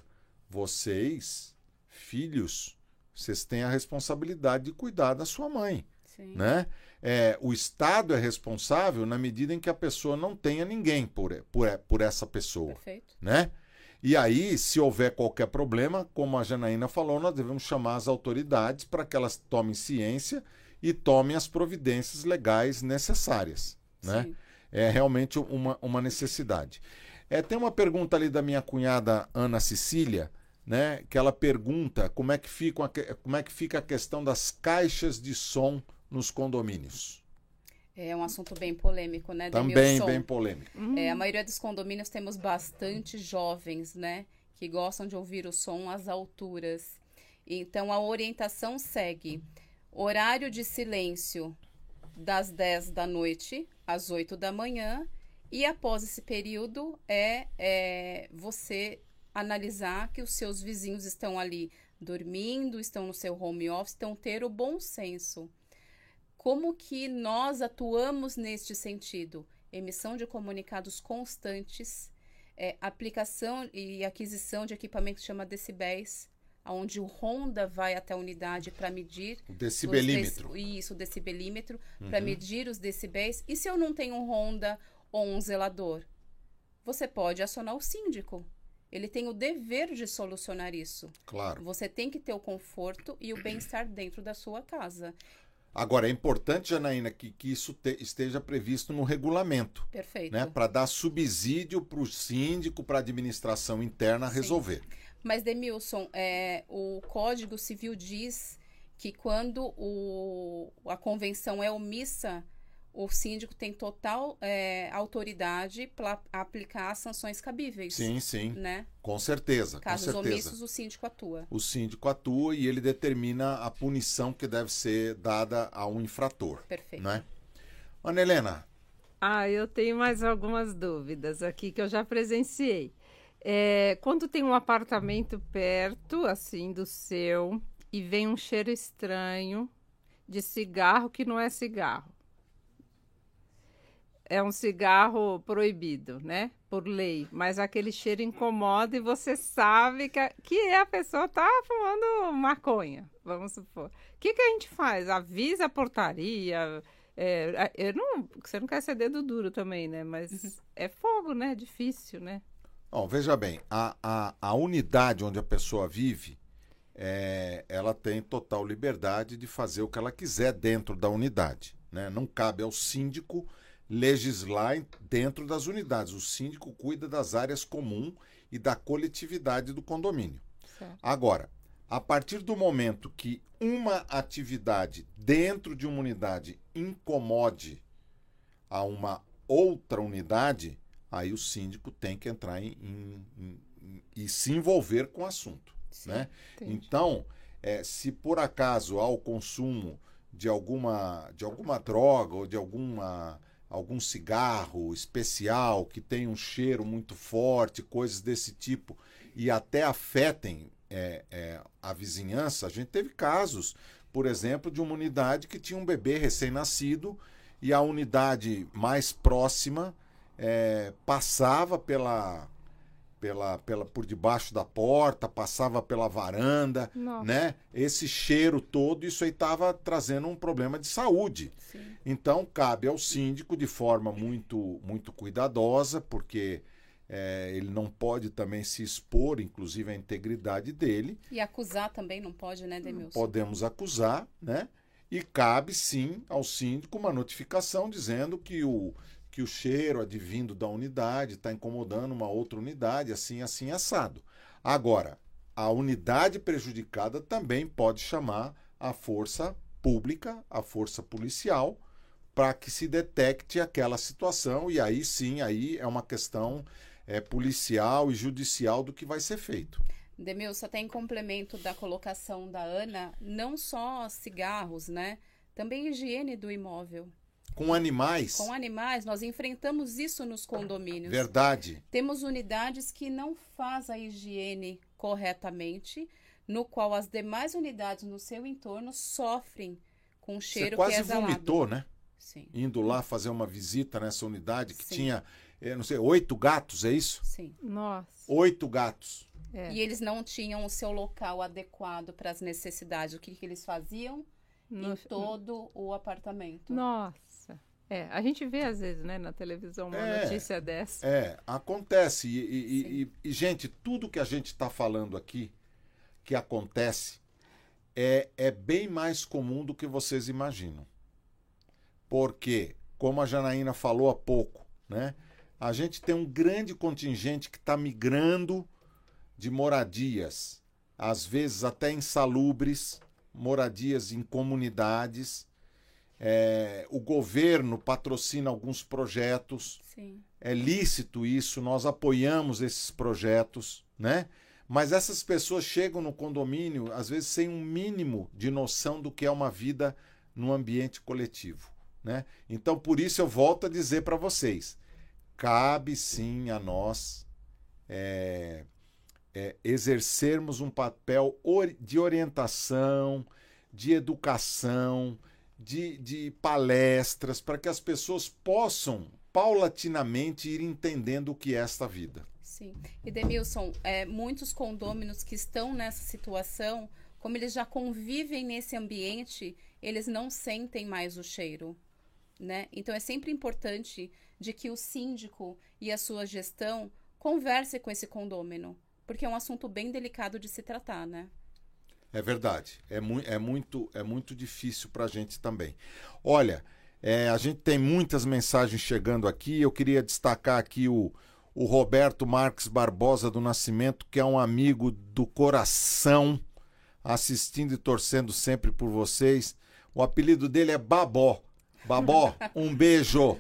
vocês, filhos, vocês têm a responsabilidade de cuidar da sua mãe, Sim. né? É, o Estado é responsável na medida em que a pessoa não tenha ninguém por, por, por essa pessoa, Perfeito. né? E aí, se houver qualquer problema, como a Janaína falou, nós devemos chamar as autoridades para que elas tomem ciência e tomem as providências legais necessárias, né? Sim. É realmente uma, uma necessidade. É, tem uma pergunta ali da minha cunhada Ana Cecília, né? Que ela pergunta como é que fica, como é que fica a questão das caixas de som nos condomínios. É um assunto bem polêmico, né, Também Demilson? bem polêmico. É, a maioria dos condomínios temos bastante jovens, né, que gostam de ouvir o som às alturas. Então, a orientação segue horário de silêncio das dez da noite às oito da manhã e após esse período é, é você analisar que os seus vizinhos estão ali dormindo, estão no seu home office, então ter o bom senso. Como que nós atuamos neste sentido? Emissão de comunicados constantes, é, aplicação e aquisição de equipamento que chama decibéis, onde o Honda vai até a unidade para medir... O decibelímetro. Os dec... Isso, o decibelímetro, Uhum. para medir os decibéis. E se eu não tenho um Honda ou um zelador? Você pode acionar o síndico. Ele tem o dever de solucionar isso. Claro. Você tem que ter o conforto e o bem-estar dentro da sua casa. Agora, é importante, Janaína, que, que isso te, esteja previsto no regulamento. Perfeito. Né? Para dar subsídio para o síndico, para a administração interna Sim. resolver. Mas, Demilson, é, o Código Civil diz que quando o, a convenção é omissa, o síndico tem total é, autoridade para aplicar as sanções cabíveis. Sim, sim. Né? Com certeza. Casos com certeza. omissos, o síndico atua. O síndico atua e ele determina a punição que deve ser dada a um infrator. Perfeito. Né? Ana Helena. Ah, eu tenho mais algumas dúvidas aqui que eu já presenciei. É, quando tem um apartamento perto, assim, do seu, e vem um cheiro estranho de cigarro que não é cigarro. É um cigarro proibido, né? Por lei. Mas aquele cheiro incomoda e você sabe que a, que a pessoa está fumando maconha, vamos supor. O que, que a gente faz? Avisa a portaria... É, eu não, você não quer ser dedo duro também, né? Mas é fogo, né? É difícil, né? Bom, veja bem, a, a, a unidade onde a pessoa vive, é, ela tem total liberdade de fazer o que ela quiser dentro da unidade. Né? Não cabe ao síndico legislar dentro das unidades. O síndico cuida das áreas comuns e da coletividade do condomínio. Certo. Agora, a partir do momento que uma atividade dentro de uma unidade incomode a uma outra unidade, aí o síndico tem que entrar em, em, em, em, e se envolver com o assunto. Sim, né? entendi. Então, é, se por acaso há o consumo de alguma, de alguma droga ou de alguma, algum cigarro especial que tem um cheiro muito forte, coisas desse tipo, e até afetem é, é, a vizinhança. A gente teve casos, por exemplo, de uma unidade que tinha um bebê recém-nascido e a unidade mais próxima é, passava pela, pela, pela, por debaixo da porta, passava pela varanda, Nossa. né? Esse cheiro todo, isso aí estava trazendo um problema de saúde. Sim. Então, cabe ao síndico, de forma muito, muito cuidadosa, porque é, ele não pode também se expor, inclusive, à integridade dele. E acusar também não pode, né, Demilson? Podemos acusar, né? E cabe, sim, ao síndico uma notificação dizendo que o, que o cheiro advindo da unidade está incomodando uma outra unidade, assim, assim, assado. Agora, a unidade prejudicada também pode chamar a força pública, a força policial, para que se detecte aquela situação, e aí sim, aí é uma questão é, policial e judicial do que vai ser feito. Demilson, até em complemento da colocação da Ana, não só cigarros, né? Também higiene do imóvel. Com animais. Com animais, nós enfrentamos isso nos condomínios. Verdade. Temos unidades que não fazem a higiene corretamente, no qual as demais unidades no seu entorno sofrem com o cheiro que é exalado. Você quase vomitou, né? Sim. Indo lá fazer uma visita nessa unidade que Sim. tinha, eu não sei, oito gatos, é isso? Sim. Nossa. Oito gatos. É. E eles não tinham o seu local adequado para as necessidades. O que, que eles faziam? No- Em todo o apartamento. Nossa. É, a gente vê às vezes, né, na televisão uma É. notícia dessa. É, acontece. E, e- e- e, gente, tudo que a gente está falando aqui, que acontece, é, é bem mais comum do que vocês imaginam. Porque, como a Janaína falou há pouco, né, a gente tem um grande contingente que está migrando de moradias, às vezes até insalubres, moradias em comunidades. É, o governo patrocina alguns projetos. Sim. É lícito isso, nós apoiamos esses projetos, né? Mas essas pessoas chegam no condomínio, às vezes, sem um mínimo de noção do que é uma vida no ambiente coletivo, né? Então, por isso, eu volto a dizer para vocês, cabe sim a nós é, é, exercermos um papel ori- de orientação, de educação, de, de palestras, para que as pessoas possam paulatinamente ir entendendo o que é esta vida. Sim. E Demilson, é, muitos condôminos que estão nessa situação, como eles já convivem nesse ambiente, eles não sentem mais o cheiro, né? Então é sempre importante de que o síndico e a sua gestão converse com esse condômino, porque é um assunto bem delicado de se tratar, né? É verdade. É, mu é, muito, é muito difícil para a gente também. Olha, é, a gente tem muitas mensagens chegando aqui. Eu queria destacar aqui o, o Roberto Marques Barbosa do Nascimento, que é um amigo do coração, assistindo e torcendo sempre por vocês. O apelido dele é Babó. Babó, um beijo.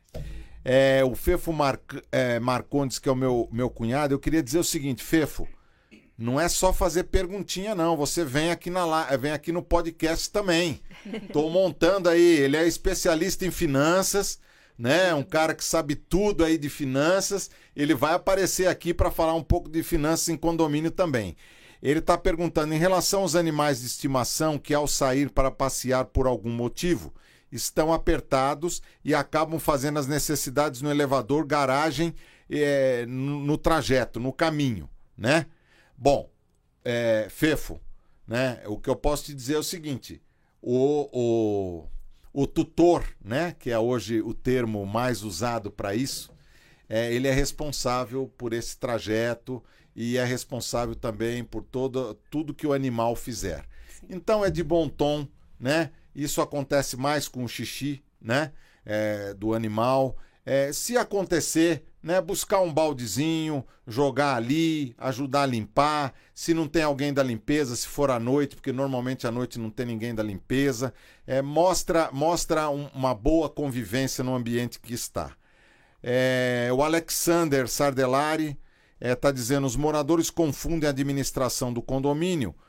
É, o Fefo Mar é, Marcondes, que é o meu, meu cunhado, eu queria dizer o seguinte, Fefo, não é só fazer perguntinha, não. Você vem aqui, na, vem aqui no podcast também. Estou montando aí. Ele é especialista em finanças, né? Um cara que sabe tudo aí de finanças. Ele vai aparecer aqui para falar um pouco de finanças em condomínio também. Ele está perguntando, em relação aos animais de estimação que, ao sair para passear por algum motivo, estão apertados e acabam fazendo as necessidades no elevador, garagem, é, no, no trajeto, no caminho, né? Bom, é, Fefo, né? O que eu posso te dizer é o seguinte, o, o, o tutor, né? Que é hoje o termo mais usado para isso, é, ele é responsável por esse trajeto e é responsável também por todo, tudo que o animal fizer. Sim. Então é de bom tom, né? Isso acontece mais com o xixi, né? É, do animal. É, se acontecer, né, buscar um baldezinho, jogar ali, ajudar a limpar. Se não tem alguém da limpeza, se for à noite, porque normalmente à noite não tem ninguém da limpeza, é, mostra, mostra um, uma boa convivência no ambiente que está. É, o Alexander Sardelari está é, dizendo, os moradores confundem a administração do condomínio,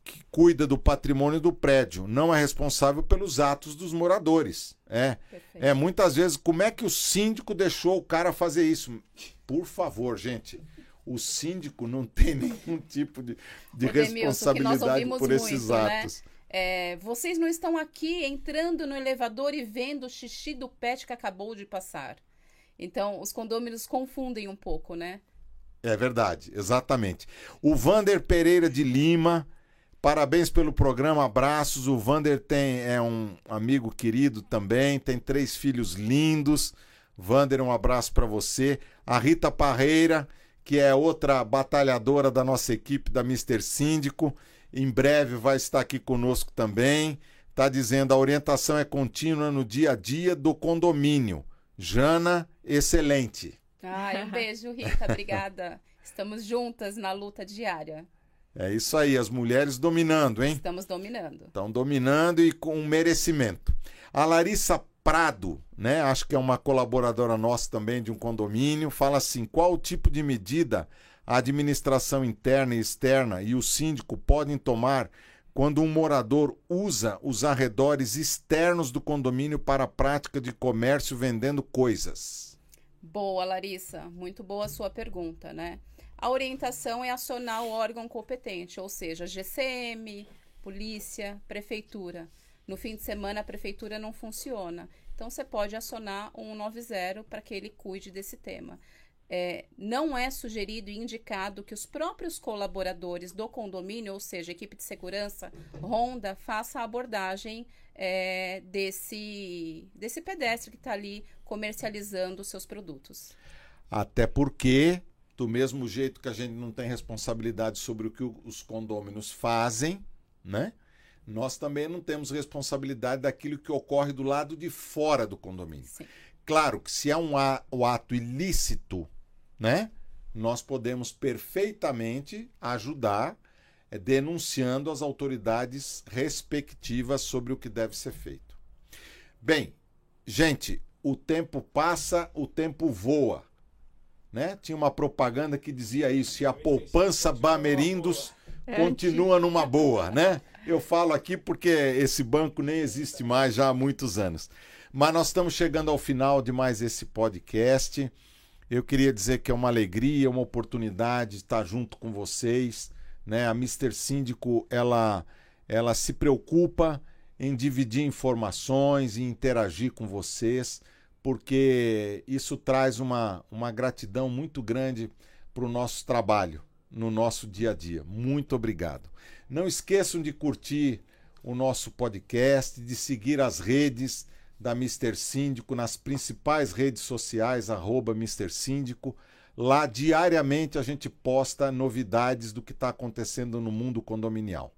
que cuida do patrimônio do prédio, não é responsável pelos atos dos moradores. É, é muitas vezes, como é que o síndico deixou o cara fazer isso? Por favor, gente, o síndico não tem nenhum tipo de, de responsabilidade por esses muito, atos. Né? É, vocês não estão aqui entrando no elevador e vendo o xixi do pet que acabou de passar. Então, os condôminos confundem um pouco, né? É verdade, exatamente. O Vander Pereira de Lima, parabéns pelo programa, abraços. O Vander tem, é um amigo querido também, tem três filhos lindos. Vander, um abraço para você. A Rita Parreira, que é outra batalhadora da nossa equipe da mister Síndico, em breve vai estar aqui conosco também. Está dizendo, a orientação é contínua no dia a dia do condomínio. Jana, excelente. Ai, um beijo, Rita, obrigada. Estamos juntas na luta diária. É isso aí, as mulheres dominando, hein? Estamos dominando. Estão dominando e com merecimento. A Larissa Prado, né? Acho que é uma colaboradora nossa também de um condomínio, fala assim, qual o tipo de medida a administração interna e externa e o síndico podem tomar quando um morador usa os arredores externos do condomínio para a prática de comércio vendendo coisas? Boa, Larissa. Muito boa a sua pergunta, né? A orientação é acionar o órgão competente, ou seja, G C M, polícia, prefeitura. No fim de semana, a prefeitura não funciona. Então, você pode acionar o cento e noventa para que ele cuide desse tema. É, não é sugerido e indicado que os próprios colaboradores do condomínio, ou seja, equipe de segurança, ronda, faça a abordagem é, desse, desse pedestre que está ali comercializando os seus produtos. Até porque, do mesmo jeito que a gente não tem responsabilidade sobre o que os condôminos fazem, né? Nós também não temos responsabilidade daquilo que ocorre do lado de fora do condomínio. Sim. Claro que se é um ato ilícito, né, nós podemos perfeitamente ajudar é, denunciando as autoridades respectivas sobre o que deve ser feito. Bem, gente, o tempo passa, o tempo voa. Né? Tinha uma propaganda que dizia isso, e a poupança Bamerindos continua numa boa, né? Eu falo aqui porque esse banco nem existe mais já há muitos anos. Mas nós estamos chegando ao final de mais esse podcast. Eu queria dizer que é uma alegria, uma oportunidade de estar junto com vocês, né? A mister Síndico, ela, ela se preocupa em dividir informações e interagir com vocês, porque isso traz uma, uma gratidão muito grande para o nosso trabalho, no nosso dia a dia. Muito obrigado. Não esqueçam de curtir o nosso podcast, de seguir as redes da mister Síndico nas principais redes sociais, arroba mister Síndico. Lá, diariamente, a gente posta novidades do que está acontecendo no mundo condominial.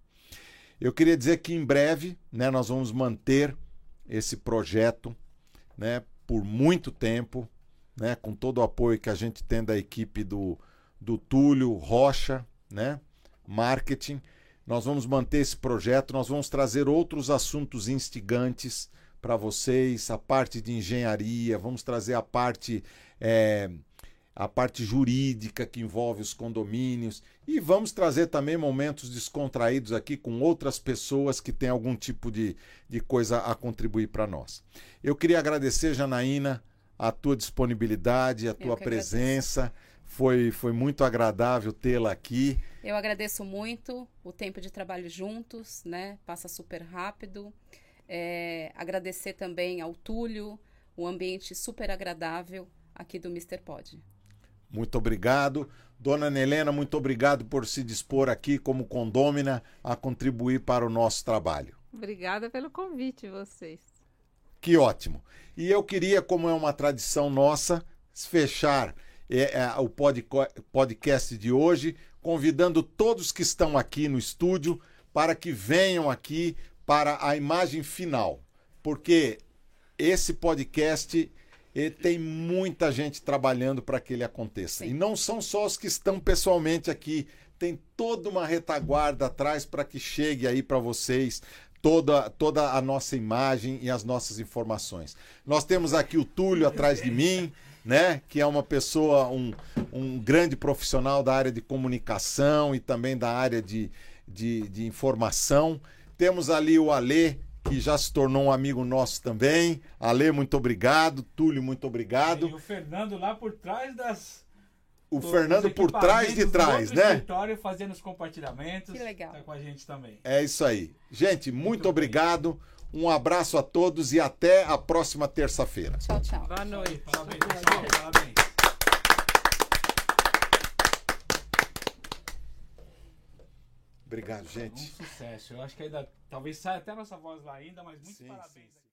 Eu queria dizer que, em breve, né, nós vamos manter esse projeto, né, por muito tempo, né, com todo o apoio que a gente tem da equipe do, do Túlio Rocha, né, marketing. Nós vamos manter esse projeto, nós vamos trazer outros assuntos instigantes para vocês, a parte de engenharia, vamos trazer a parte, é, a parte jurídica que envolve os condomínios e vamos trazer também momentos descontraídos aqui com outras pessoas que têm algum tipo de, de coisa a contribuir para nós. Eu queria agradecer, Janaína, a tua disponibilidade, a tua presença. Foi, foi muito agradável tê-la aqui. Eu agradeço muito o tempo de trabalho juntos, né? Passa super rápido. É, agradecer também ao Túlio, um ambiente super agradável aqui do mister Pod. Muito obrigado. Dona Nelena, muito obrigado por se dispor aqui como condômina a contribuir para o nosso trabalho. Obrigada pelo convite, vocês. Que ótimo. E eu queria, como é uma tradição nossa, fechar é, é, o pod, podcast de hoje, convidando todos que estão aqui no estúdio para que venham aqui para a imagem final, porque esse podcast ele tem muita gente trabalhando para que ele aconteça. Sim. E não são só os que estão pessoalmente aqui, tem toda uma retaguarda atrás para que chegue aí para vocês toda, toda a nossa imagem e as nossas informações. Nós temos aqui o Túlio atrás de mim, né, que é uma pessoa, um, um grande profissional da área de comunicação e também da área de de, de informação. Temos ali o Alê, que já se tornou um amigo nosso também. Alê, muito obrigado. Túlio, muito obrigado. E o Fernando lá por trás das... O Fernando por trás de trás, né? Escritório fazendo os compartilhamentos. Que legal. Tá com a gente também. É isso aí. Gente, muito, Muito obrigado. Um abraço a todos e até a próxima terça-feira. Tchau, tchau. Boa noite. Parabéns, pessoal. Parabéns. Obrigado, Um gente. sucesso. Eu acho que ainda talvez saia até a nossa voz lá ainda, mas muito Sim, parabéns. sim, sim.